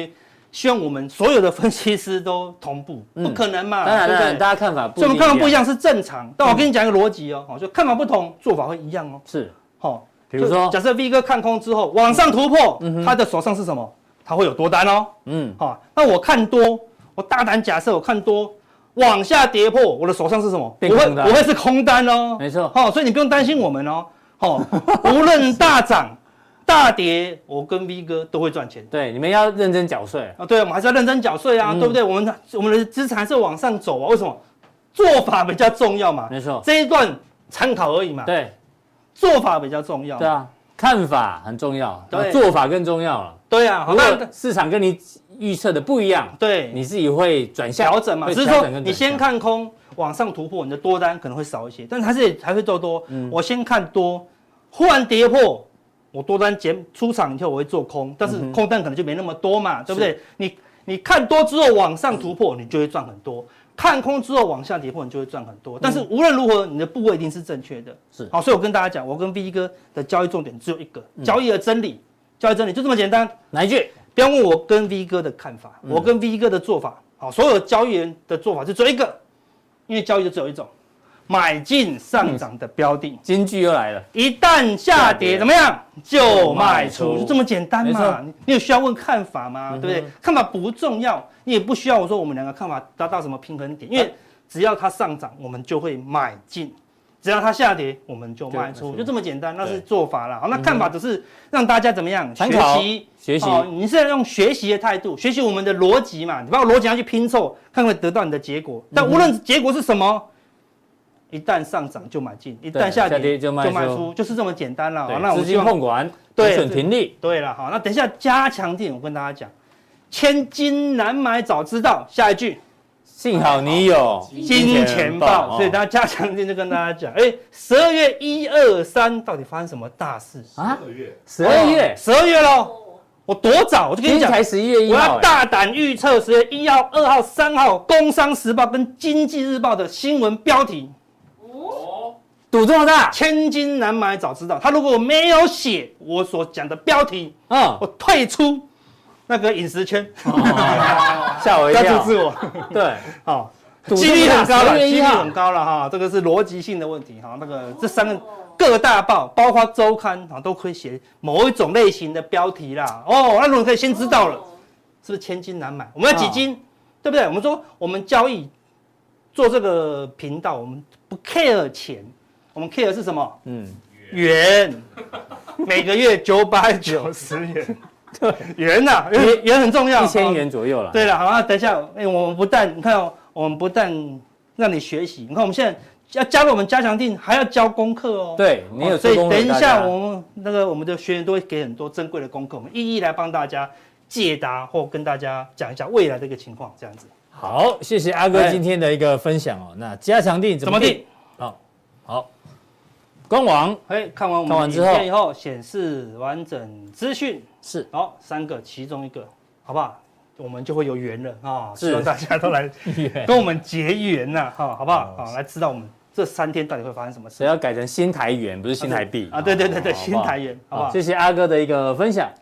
B: 希望我们所有的分析师都同步，
A: 嗯
B: 不可能嘛？
A: 当然，
B: 对不对
A: 当然，大家看法不一样，
B: 所以我们看法不一样是正常。但我跟你讲一个逻辑哦，就看法不同，做法会一样哦。
A: 是，
B: 好，
A: 比如说，
B: 假设 V 哥看空之后往上突破，
A: 嗯
B: 他的手上是什么？他会有多单哦。
A: 嗯，
B: 好，那我看多，我大胆假设我看多往下跌破，我的手上是什么？我会我会是空单哦。
A: 没错。
B: 好，所以你不用担心我们哦。好，无论大涨。大跌，我跟 V 哥都会赚钱。
A: 对，你们要认真缴税
B: 啊！对，我们还是要认真缴税啊，嗯、对不对？我们我们的资产还是往上走啊。为什么？做法比较重要嘛。
A: 没错，
B: 这一段参考而已嘛。
A: 对，
B: 做法比较重要。
A: 对啊，看法很重要，
B: 对，
A: 做法更重要了。
B: 对啊，
A: 如果市场跟你预测的不一样，
B: 对，
A: 你自己会转向
B: 调整嘛。只是说你先看空，往上突破，你的多单可能会少一些，但是还是还会做多。嗯、我先看多，忽然跌破。我多单减出场以后，我会做空，但是空单可能就没那么多嘛，嗯、对不对？你你看多之后往上突破，你就会赚很多；看空之后往下跌破，你就会赚很多。但是无论如何，你的部位一定是正确的。
A: 是
B: 好，所以我跟大家讲，我跟 V 哥的交易重点只有一个，嗯、交易的真理，交易真理就这么简单。
A: 哪一句？
B: 不要问我跟 V 哥的看法，嗯、我跟 V 哥的做法，好，所有交易员的做法就只有一个，因为交易就只有一种。买进上涨的标的，
A: 金句又来了。
B: 一旦下跌怎么样就卖出，就这么简单嘛。你有需要问看法吗？对不对？看法不重要，你也不需要我说我们两个看法达到什么平衡点，因为只要它上涨，我们就会买进；只要它下跌，我们就卖出，就这么简单。那是做法啦。好，那看法只是让大家怎么样学习
A: 学习。
B: 你是要用学习的态度，学习我们的逻辑嘛。你把逻辑要去拼凑，看会得到你的结果。但无论结果是什么。一旦上涨就买进，一旦下跌就卖出，就是这么简单了。
A: 那我们资金控管，对，准停利。
B: 对了，好，那等一下加强点，我跟大家讲，千金难买早知道。下一句，
A: 幸好你有
B: 金钱豹。所以大家加强点就跟大家讲，哎，十二月一二三到底发生什么大事
A: 啊？十二月，
B: 十二月喽。我多早我就跟你讲，
A: 才十一月一
B: 号，我要大胆预测十月一号、二号、三号，《工商时报》跟《经济日报》的新闻标题。
A: 赌这么大，
B: 千金难买早知道。他如果没有写我所讲的标题，嗯，我退出那个饮食圈，
A: 吓我一跳，
B: 要阻止我。对，好，几率很高了，几率很高了哈。这个是逻辑性的问题哈。那个这三个各大报，包括周刊啊，都可以写某一种类型的标题啦。哦，那我可以先知道了，是不是千金难买？我们要几斤，对不对？我们说我们交易做这个频道，我们不 care 钱。我们 care 是什么？嗯，元，每个月九百九十元，对，元呐、啊，元元很重要，
A: 一千元左右了。
B: 对了，好，那等一下，哎、欸，我们不但你看、哦，我们不但让你学习，你看我们现在要加入我们加强定，还要交功课哦。
A: 对，你有
B: 所以等一下我们那个我们的学员都会给很多珍贵的功课，我们一一来帮大家解答或跟大家讲一下未来的一个情况，这样子。
A: 好，谢谢阿哥今天的一个分享哦。那加强定怎么定？好，好。官网，
B: 哎，看完我们影片以后显示完整资讯是，好，三个其中一个，好不好？我们就会有缘了啊！希望大家都来跟我们结缘呐，哈，好不好？好，来知道我们这三天到底会发生什么事。
A: 要改成新台元，不是新台币
B: 啊？对对对对，新台元，好不好？
A: 谢谢阿哥的一个分享。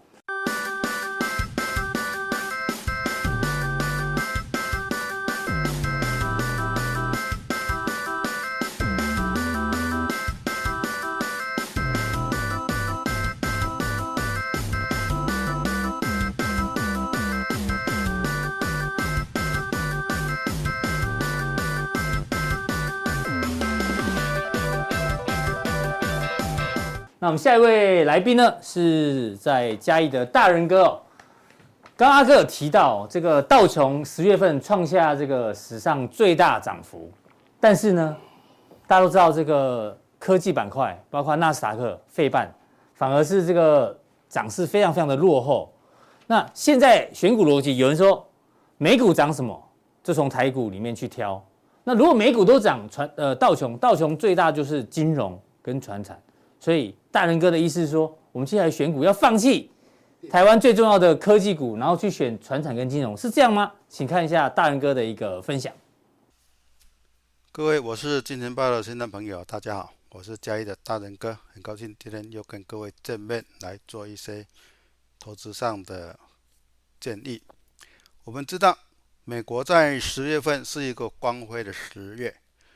A: 那我们下一位来宾呢，是在嘉义的大仁哥哦。刚刚阿哥有提到，这个道琼十月份创下这个史上最大涨幅，但是呢，大家都知道这个科技板块，包括纳斯达克、费半，反而是这个涨势非常非常的落后。那现在选股逻辑，有人说美股涨什么，就从台股里面去挑。那如果美股都涨，传呃道琼，道琼最大就是金融跟传产。所以大仁哥的意思是说，我们接下来选股要放弃台湾最重要的科技股，然后去选传产跟金融，是这样吗？请看一下大仁哥的一个分享。
C: 各位，我是金钱豹的新浪朋友，大家好，我是嘉义的大仁哥，很高兴今天又跟各位见面来做一些投资上的建议。 我们知道美国在十月份是一个光辉的十月，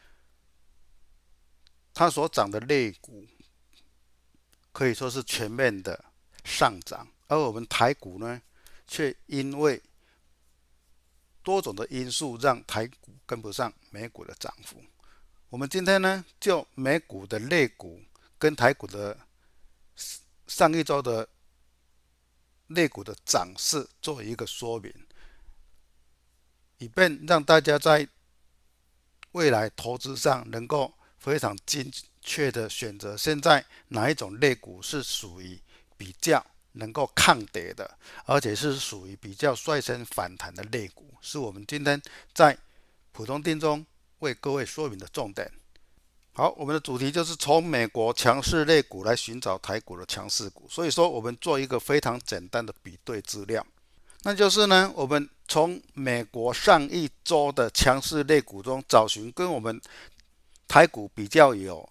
C: 它所涨的类股可以说是全面的上涨，而我们台股呢，却因为多种的因素让台股跟不上美股的涨幅。我们今天呢，就美股的类股跟台股的上一周的类股的涨势做一个说明，以便让大家在未来投资上能够非常精确的选择现在哪一种类股是属于比较能够抗跌的，而且是属于比较率先反弹的类股，是我们今天在普通定中为各位说明的重点。好，我们的主题就是从美国强势类股来寻找台股的强势股，所以说我们做一个非常简单的比对资料，那就是呢，我们从美国上一周的强势类股中找寻跟我们台股比较有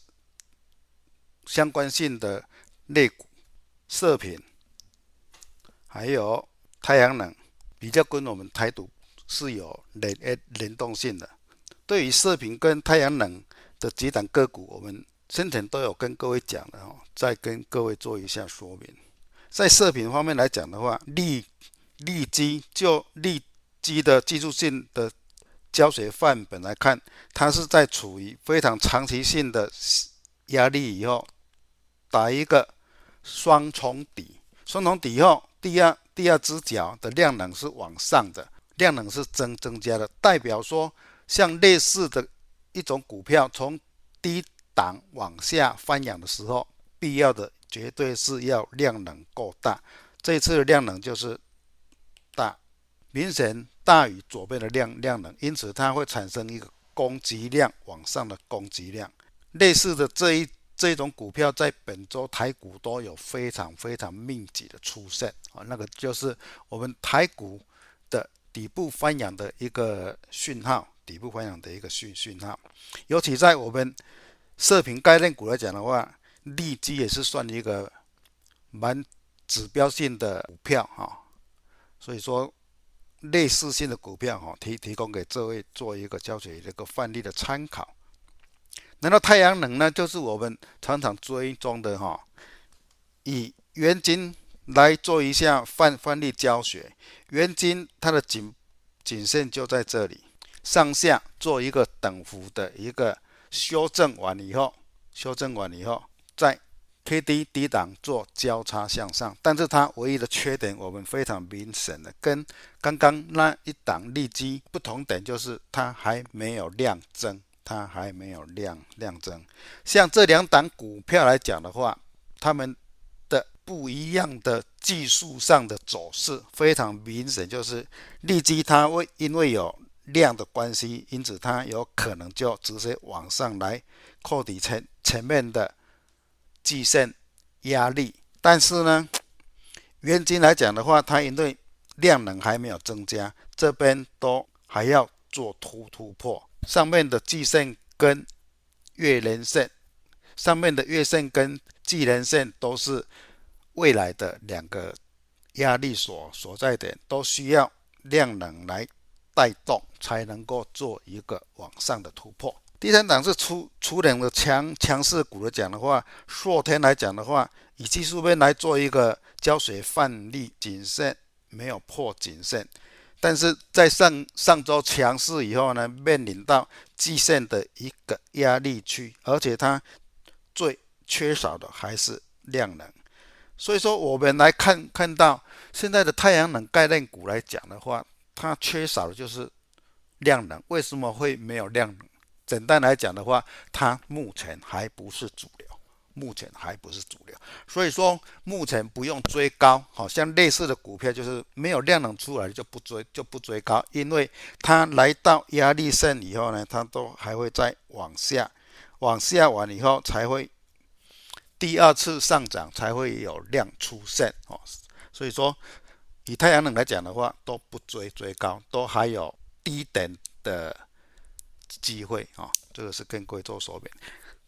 C: 相关性的类股，射频还有太阳能比较跟我们台股是有联联动性的。对于射频跟太阳能的几档个股，我们先前都有跟各位讲的哦，再跟各位做一下说明。在射频方面来讲的话，利利基就利基的技术性的教学范本来看，它是在处于非常长期性的压力以后，打一个双重底，双重底以后，第二第二只脚的量能是往上的，量能是增增加的，代表说像类似的一种股票从低档往下翻扬的时候，必要的绝对是要量能够大，这一次的量能就是大，明显大于左边的量量能，因此它会产生一个攻击量往上的攻击量。类似的这一这种股票在本周台股都有非常非常密集的出现，那个就是我们台股的底部翻扬的一个讯号，底部翻扬的一个讯讯号。尤其在我们射频概念股来讲的话，利基也是算一个蛮指标性的股票哈，所以说类似性的股票哈，提提供给这位做一个教学的一个范例的参考。然后太阳能呢，就是我们常常追踪的哈，以元晶来做一下范范例教学。元晶它的颈颈线就在这里，上下做一个等幅的一个修正完以后，修正完以后，在 K D 低档做交叉向上，但是它唯一的缺点，我们非常明显的跟刚刚那一档利基不同点，就是它还没有量增。它还没有量量增，像这两档股票来讲的话，它们的不一样的技术上的走势非常明显，就是利基它会因为有量的关系，因此它有可能就直接往上来扣抵前前面的季线压力，但是呢，元晶来讲的话，它因为量能还没有增加，这边都还要做突突破。上面的季线跟月连线，上面的月线跟季连线都是未来的两个压力所所在点，都需要量能来带动，才能够做一个往上的突破。第三档是出出量的强强势股来讲的话，硕天来讲的话，以技术面来做一个教学范例，颈线没有破颈线。但是在上上周强势以后呢，面临到季线的一个压力区，而且它最缺少的还是量能。所以说我们来看看到现在的太阳能概念股来讲的话，它缺少的就是量能。为什么会没有量能？简单来讲的话，它目前还不是主流。目前还不是主流，所以说目前不用追高，好像类似的股票就是没有量能出来就不追就不追高，因为它来到压力线以后呢，它都还会再往下，往下完以后才会第二次上涨才会有量出现哦。所以说以太阳能来讲的话，都不追追高，都还有低点的机会啊、哦，这个是跟各位做说明。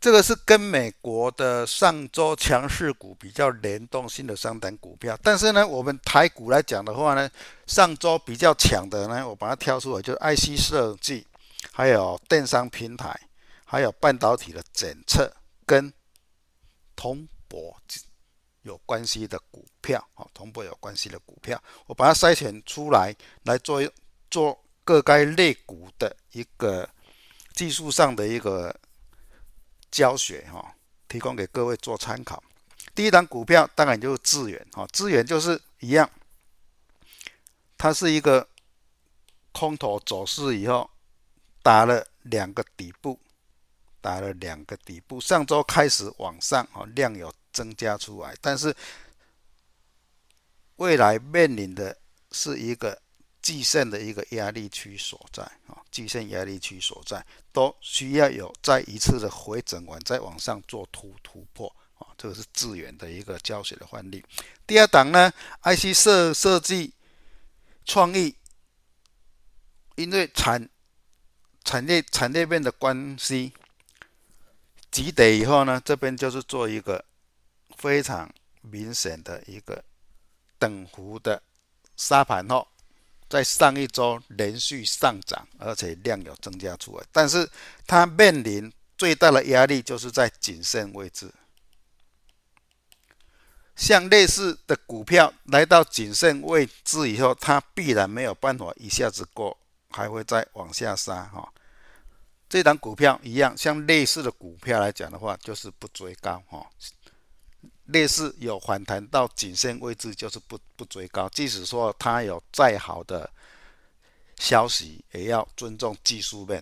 C: 这个是跟美国的上周强势股比较联动性的三档股票，但是呢，我们台股来讲的话呢，上周比较强的呢，我把它挑出来，就是 I C 设计，还有电商平台，还有半导体的检测跟铜箔有关系的股票，铜箔有关系的股票，我把它筛选出来，来做做各该类股的一个技术上的一个教学哈，提供给各位做参考。第一档股票当然就是智原哈，智原就是一样，它是一个空头走势以后打了两个底部，打了两个底部，上周开始往上哈，量有增加出来，但是未来面临的是一个季线的一个压力区所在啊，季线压力区所在，都需要有再一次的回整完，再往上做突突破啊，这个是智原的一个教学的范例。第二档呢 ，I C 设设计创意，因为产产业产业链的关系，急跌以后呢，这边就是做一个非常明显的一个等幅的杀盘后。在上一周连续上涨，而且量有增加出来，但是它面临最大的压力就是在颈线位置。像类似的股票来到颈线位置以后，它必然没有办法一下子过，还会再往下杀哈。这档股票一样，像类似的股票来讲的话，就是不追高哈。类似有反弹到颈线位置，就是不不追高，即使说它有再好的消息，也要尊重技术面。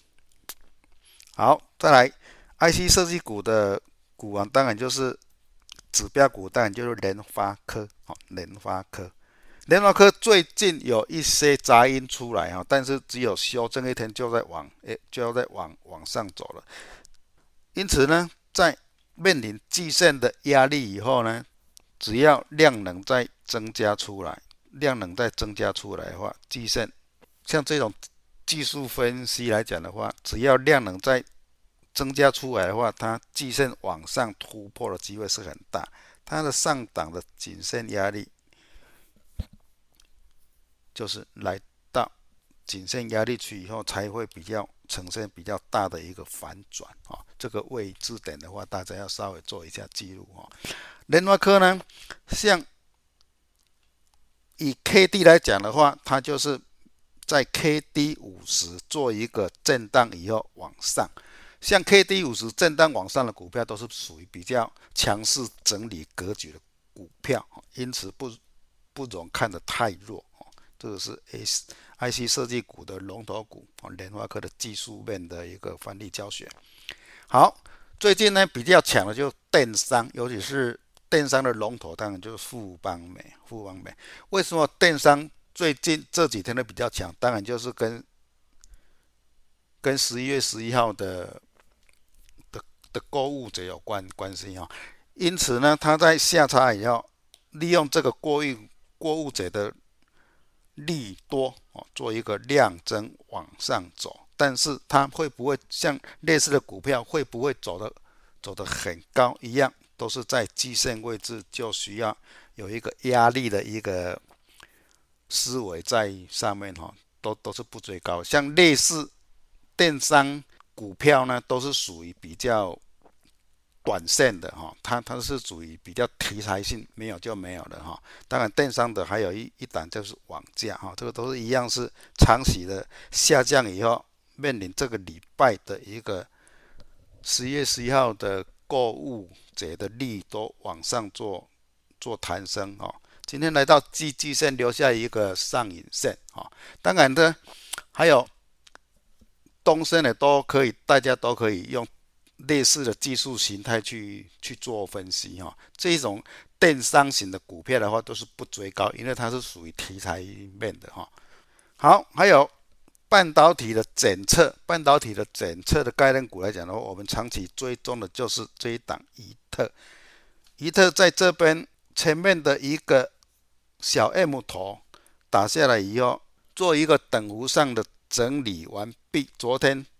C: 好，再来 I C 设计股的股王，当然就是指标股，当然就是联发科。联发科，联发科最近有一些杂音出来，但是只有修正一天就在往就要再往往上走了。因此呢，在面临季线的压力以后呢，只要量能再增加出来，量能再增加出来的话，季线像这种技术分析来讲的话，只要量能再增加出来的话，它季线往上突破的机会是很大。它的上档的颈线压力就是来到颈线压力区以后，才会比较呈现比较大的一个反转啊。这个位置点的话，大家要稍微做一下记录啊。联发科呢，像以 K D 来讲的话，它就是在 K D 五十 做一个震荡以后往上，像 K D 五十 震荡往上的股票都是属于比较强势整理格局的股票，因此不不容看得太弱。这个是 I C 设计股的龙头股，联发科的技术面的一个范例教学。好，最近呢比较强的就是电商，尤其是电商的龙头，当然就是富邦美。富邦美为什么电商最近这几天都比较强？当然就是跟跟十一月十一号的的的购物节有关关系哈。因此呢，它在下叉以后，利用这个过运购物节的利多做一个量增往上走，但是它会不会像类似的股票会不会走得走得很高一样，都是在季线位置就需要有一个压力的一个思维在上面哈，都都是不追高。像类似电商股票呢，都是属于比较短线的哈，它它是属于比较题材性，没有就没有的哈。当然，电商的还有一一档就是网价哈，这个都是一样是长期的下降以后，面临这个礼拜的一个十月十一号的购物节的利都往上做做弹升哈。今天来到季季线留下一个上影线哈。当然的，还有东升的都可以，大家都可以用类似的技术形态去去做分析哈，这一种电商型的股票的话都是不追高，因为它是属于题材面的哈。好，还有半导体的检测，半导体的检测的概念股来讲的话，我们长期追踪的就是这一档怡特。怡特在这边前面的一个小 M 头打下来以后，做一个等幅上的整理完毕，昨天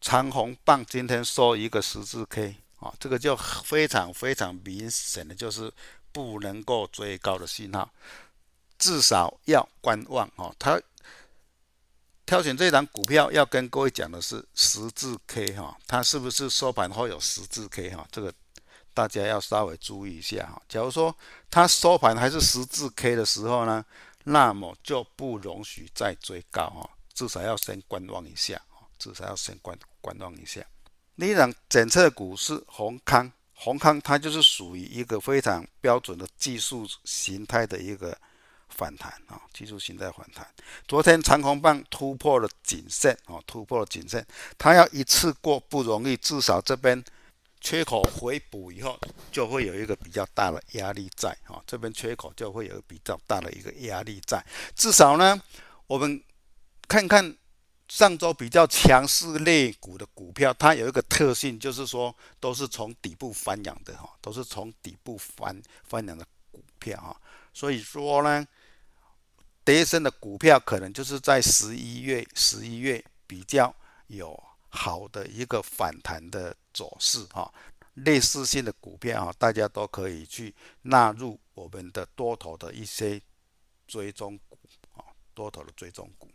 C: 长红棒今天收一个十字 K 啊，这个就非常非常明显的就是不能够追高的信号，至少要观望哦。它挑选这档股票要跟各位讲的是十字 K 哈，它是不是收盘后有十字 K 哈？这个大家要稍微注意一下哈。假如说它收盘还是十字 K 的时候呢，那么就不容许再追高哈，至少要先观望一下，至少要先观观望一下。另一档检测股是宏康，宏康它就是属于一个非常标准的技术形态的一个反弹啊，技术形态反弹。昨天长红棒突破了颈线啊，突破了颈线，它要一次过不容易，至少这边缺口回补以后，就会有一个比较大的压力在啊，这边缺口就会有比较大的一个压力在。至少呢，我们看看上周比较强势类股的股票，它有一个特性，就是说都是从底部翻扬的哈，都是从底部翻翻扬的股票哈，所以说呢。跌升的股票可能就是在十一月十一月比较有好的一个反弹的走势哈，类似性的股票大家都可以去纳入我们的多头的一些追踪股多头的追踪股。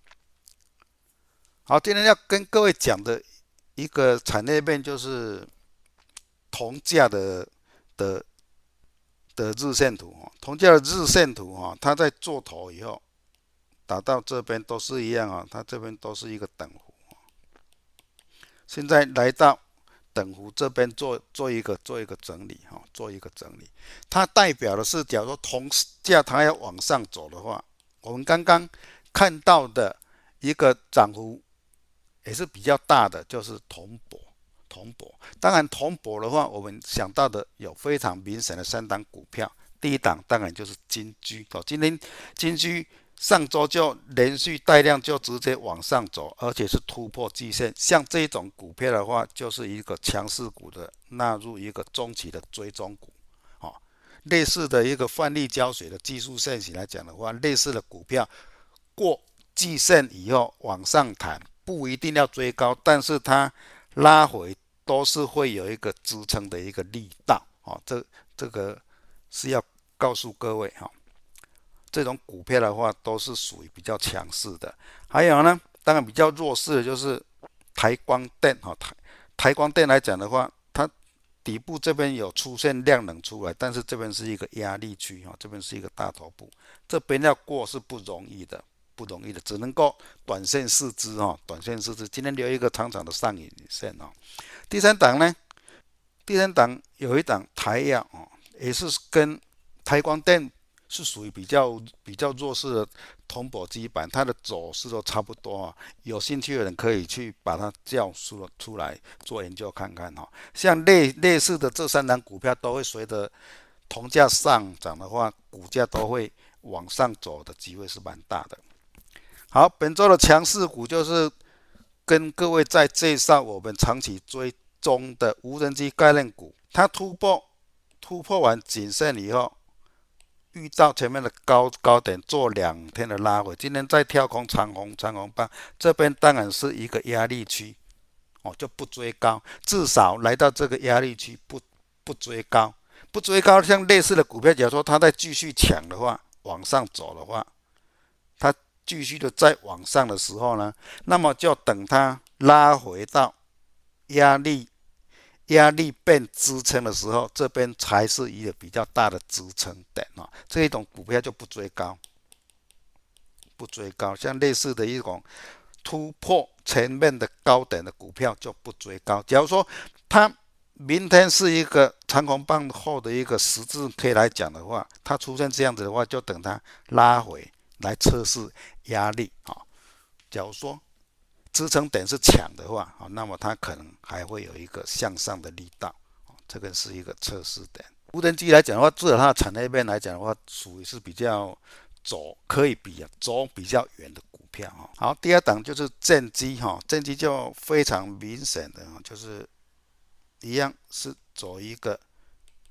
C: 好，今天要跟各位讲的一个产业面就是铜价的的的日线图，铜价的日线图它在做头以后打到这边都是一样，它这边都是一个等弧，现在来到等弧这边做做一个做一个整理，做一个整理，它代表的是，假如说铜价它要往上走的话，我们刚刚看到的一个涨幅也是比较大的，就是铜箔。铜箔，当然铜箔的话，我们想到的有非常明显的三档股票。第一档当然就是金居哦，今天金居上周就连续带量就直接往上走，而且是突破季线。像这种股票的话，就是一个强势股的纳入一个中期的追踪股哦。类似的一个泛力胶水的技术线型来讲的话，类似的股票过季线以后往上弹，不一定要追高，但是它拉回都是会有一个支撑的一个力道，哦，这这个是要告诉各位哈，这种股票的话都是属于比较强势的。还有呢，当然比较弱势的就是台光电哈，台台光电来讲的话，它底部这边有出现量能出来，但是这边是一个压力区哈，这边是一个大头部，这边要过是不容易的。不容易的，只能够短线试资哦，短线试资。今天留一个长长的上影线哦。第三档呢，第三档有一档台药哦，也是跟台光电是属于比较比较弱势的铜箔基板，它的走势都差不多啊。有兴趣的人可以去把它叫出出来做研究看看哈。像类类似的这三档股票都会随着铜价上涨的话，股价都会往上走的机会是蛮大的。好，本周的强势股就是跟各位在介绍我们长期追踪的无人机概念股，它突破突破完颈线以后，遇到前面的高高点做两天的拉回，今天再跳空长红长红棒，这边当然是一个压力区哦，就不追高，至少来到这个压力区不不追高，不追高，像类似的股票，假如说它再继续抢的话，往上走的话，它继续的再往上的时候呢，那么就等它拉回到压力压力变支撑的时候，这边才是一个比较大的支撑点啊。这一种股票就不追高，不追高，像类似的一种突破前面的高点的股票就不追高。假如说它明天是一个长红棒后的一个十字 K 来讲的话，它出现这样子的话，就等它拉回来测试压力啊。假如说支撑点是强的话，那么它可能还会有一个向上的力道，这个是一个测试点。无人机来讲的话，至少它的产业面来讲的话，属于是比较走可以比走比较远的股票。好，第二档就是正机哈，正机就非常明显的就是一样是走一个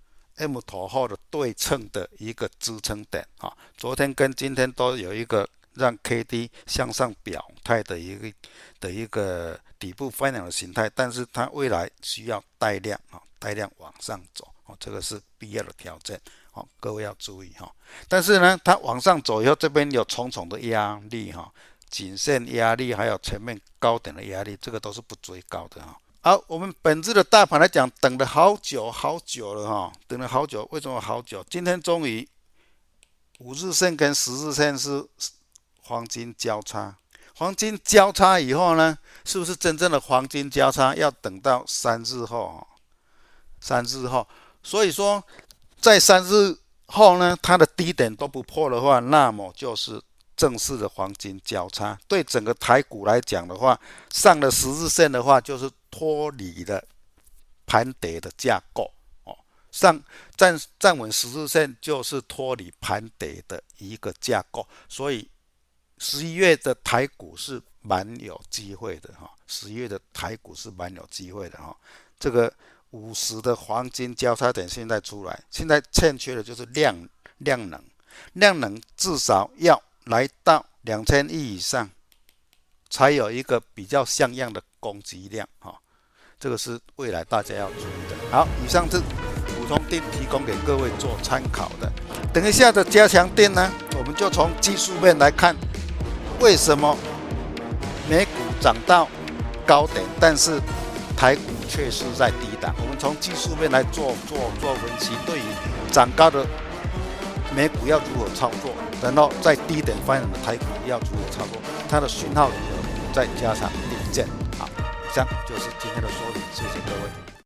C: M 头后的对称的一个支撑点啊，昨天跟今天都有一个让 K D 向上表态的一个的一个底部翻扬的形态，但是它未来需要带量啊，带量往上走哦，这个是必要的条件哦，各位要注意哈。但是呢，它往上走以后，这边有重重的压力哈，颈线压力还有前面高点的压力，这个都是不追高的哈。好，我们本日的大盘来讲，等了好久好久了哈，等了好久，为什么好久？今天终于五日线跟十日线是黄金交叉，黄金交叉以后呢，是不是真正的黄金交叉要等到三日后？三日后，所以说在三日后呢，它的低点都不破的话，那么就是正式的黄金交叉。对整个台股来讲的话，上了十日线的话，就是脱离了盘跌的架构哦，上站站稳十日线就是脱离盘跌的一个架构，所以十一月的台股是蛮有机会的哈，十一月的台股是蛮有机会的哈。这个五十的黄金交叉点现在出来，现在欠缺的就是量量能，量能至少要来到两千亿以上，才有一个比较像样的攻击量哈。这个是未来大家要注意的。好，以上是补充定提供给各位做参考的。等一下的加强定呢，我们就从技术面来看，为什么美股涨到高点，但是台股却是在低档。我们从技术面来做做做分析，对于涨高的美股要如何操作，然后在低点翻扬的台股要如何操作，它的讯号如何，再加上定见。好，以上就是今天的说明，谢谢各位。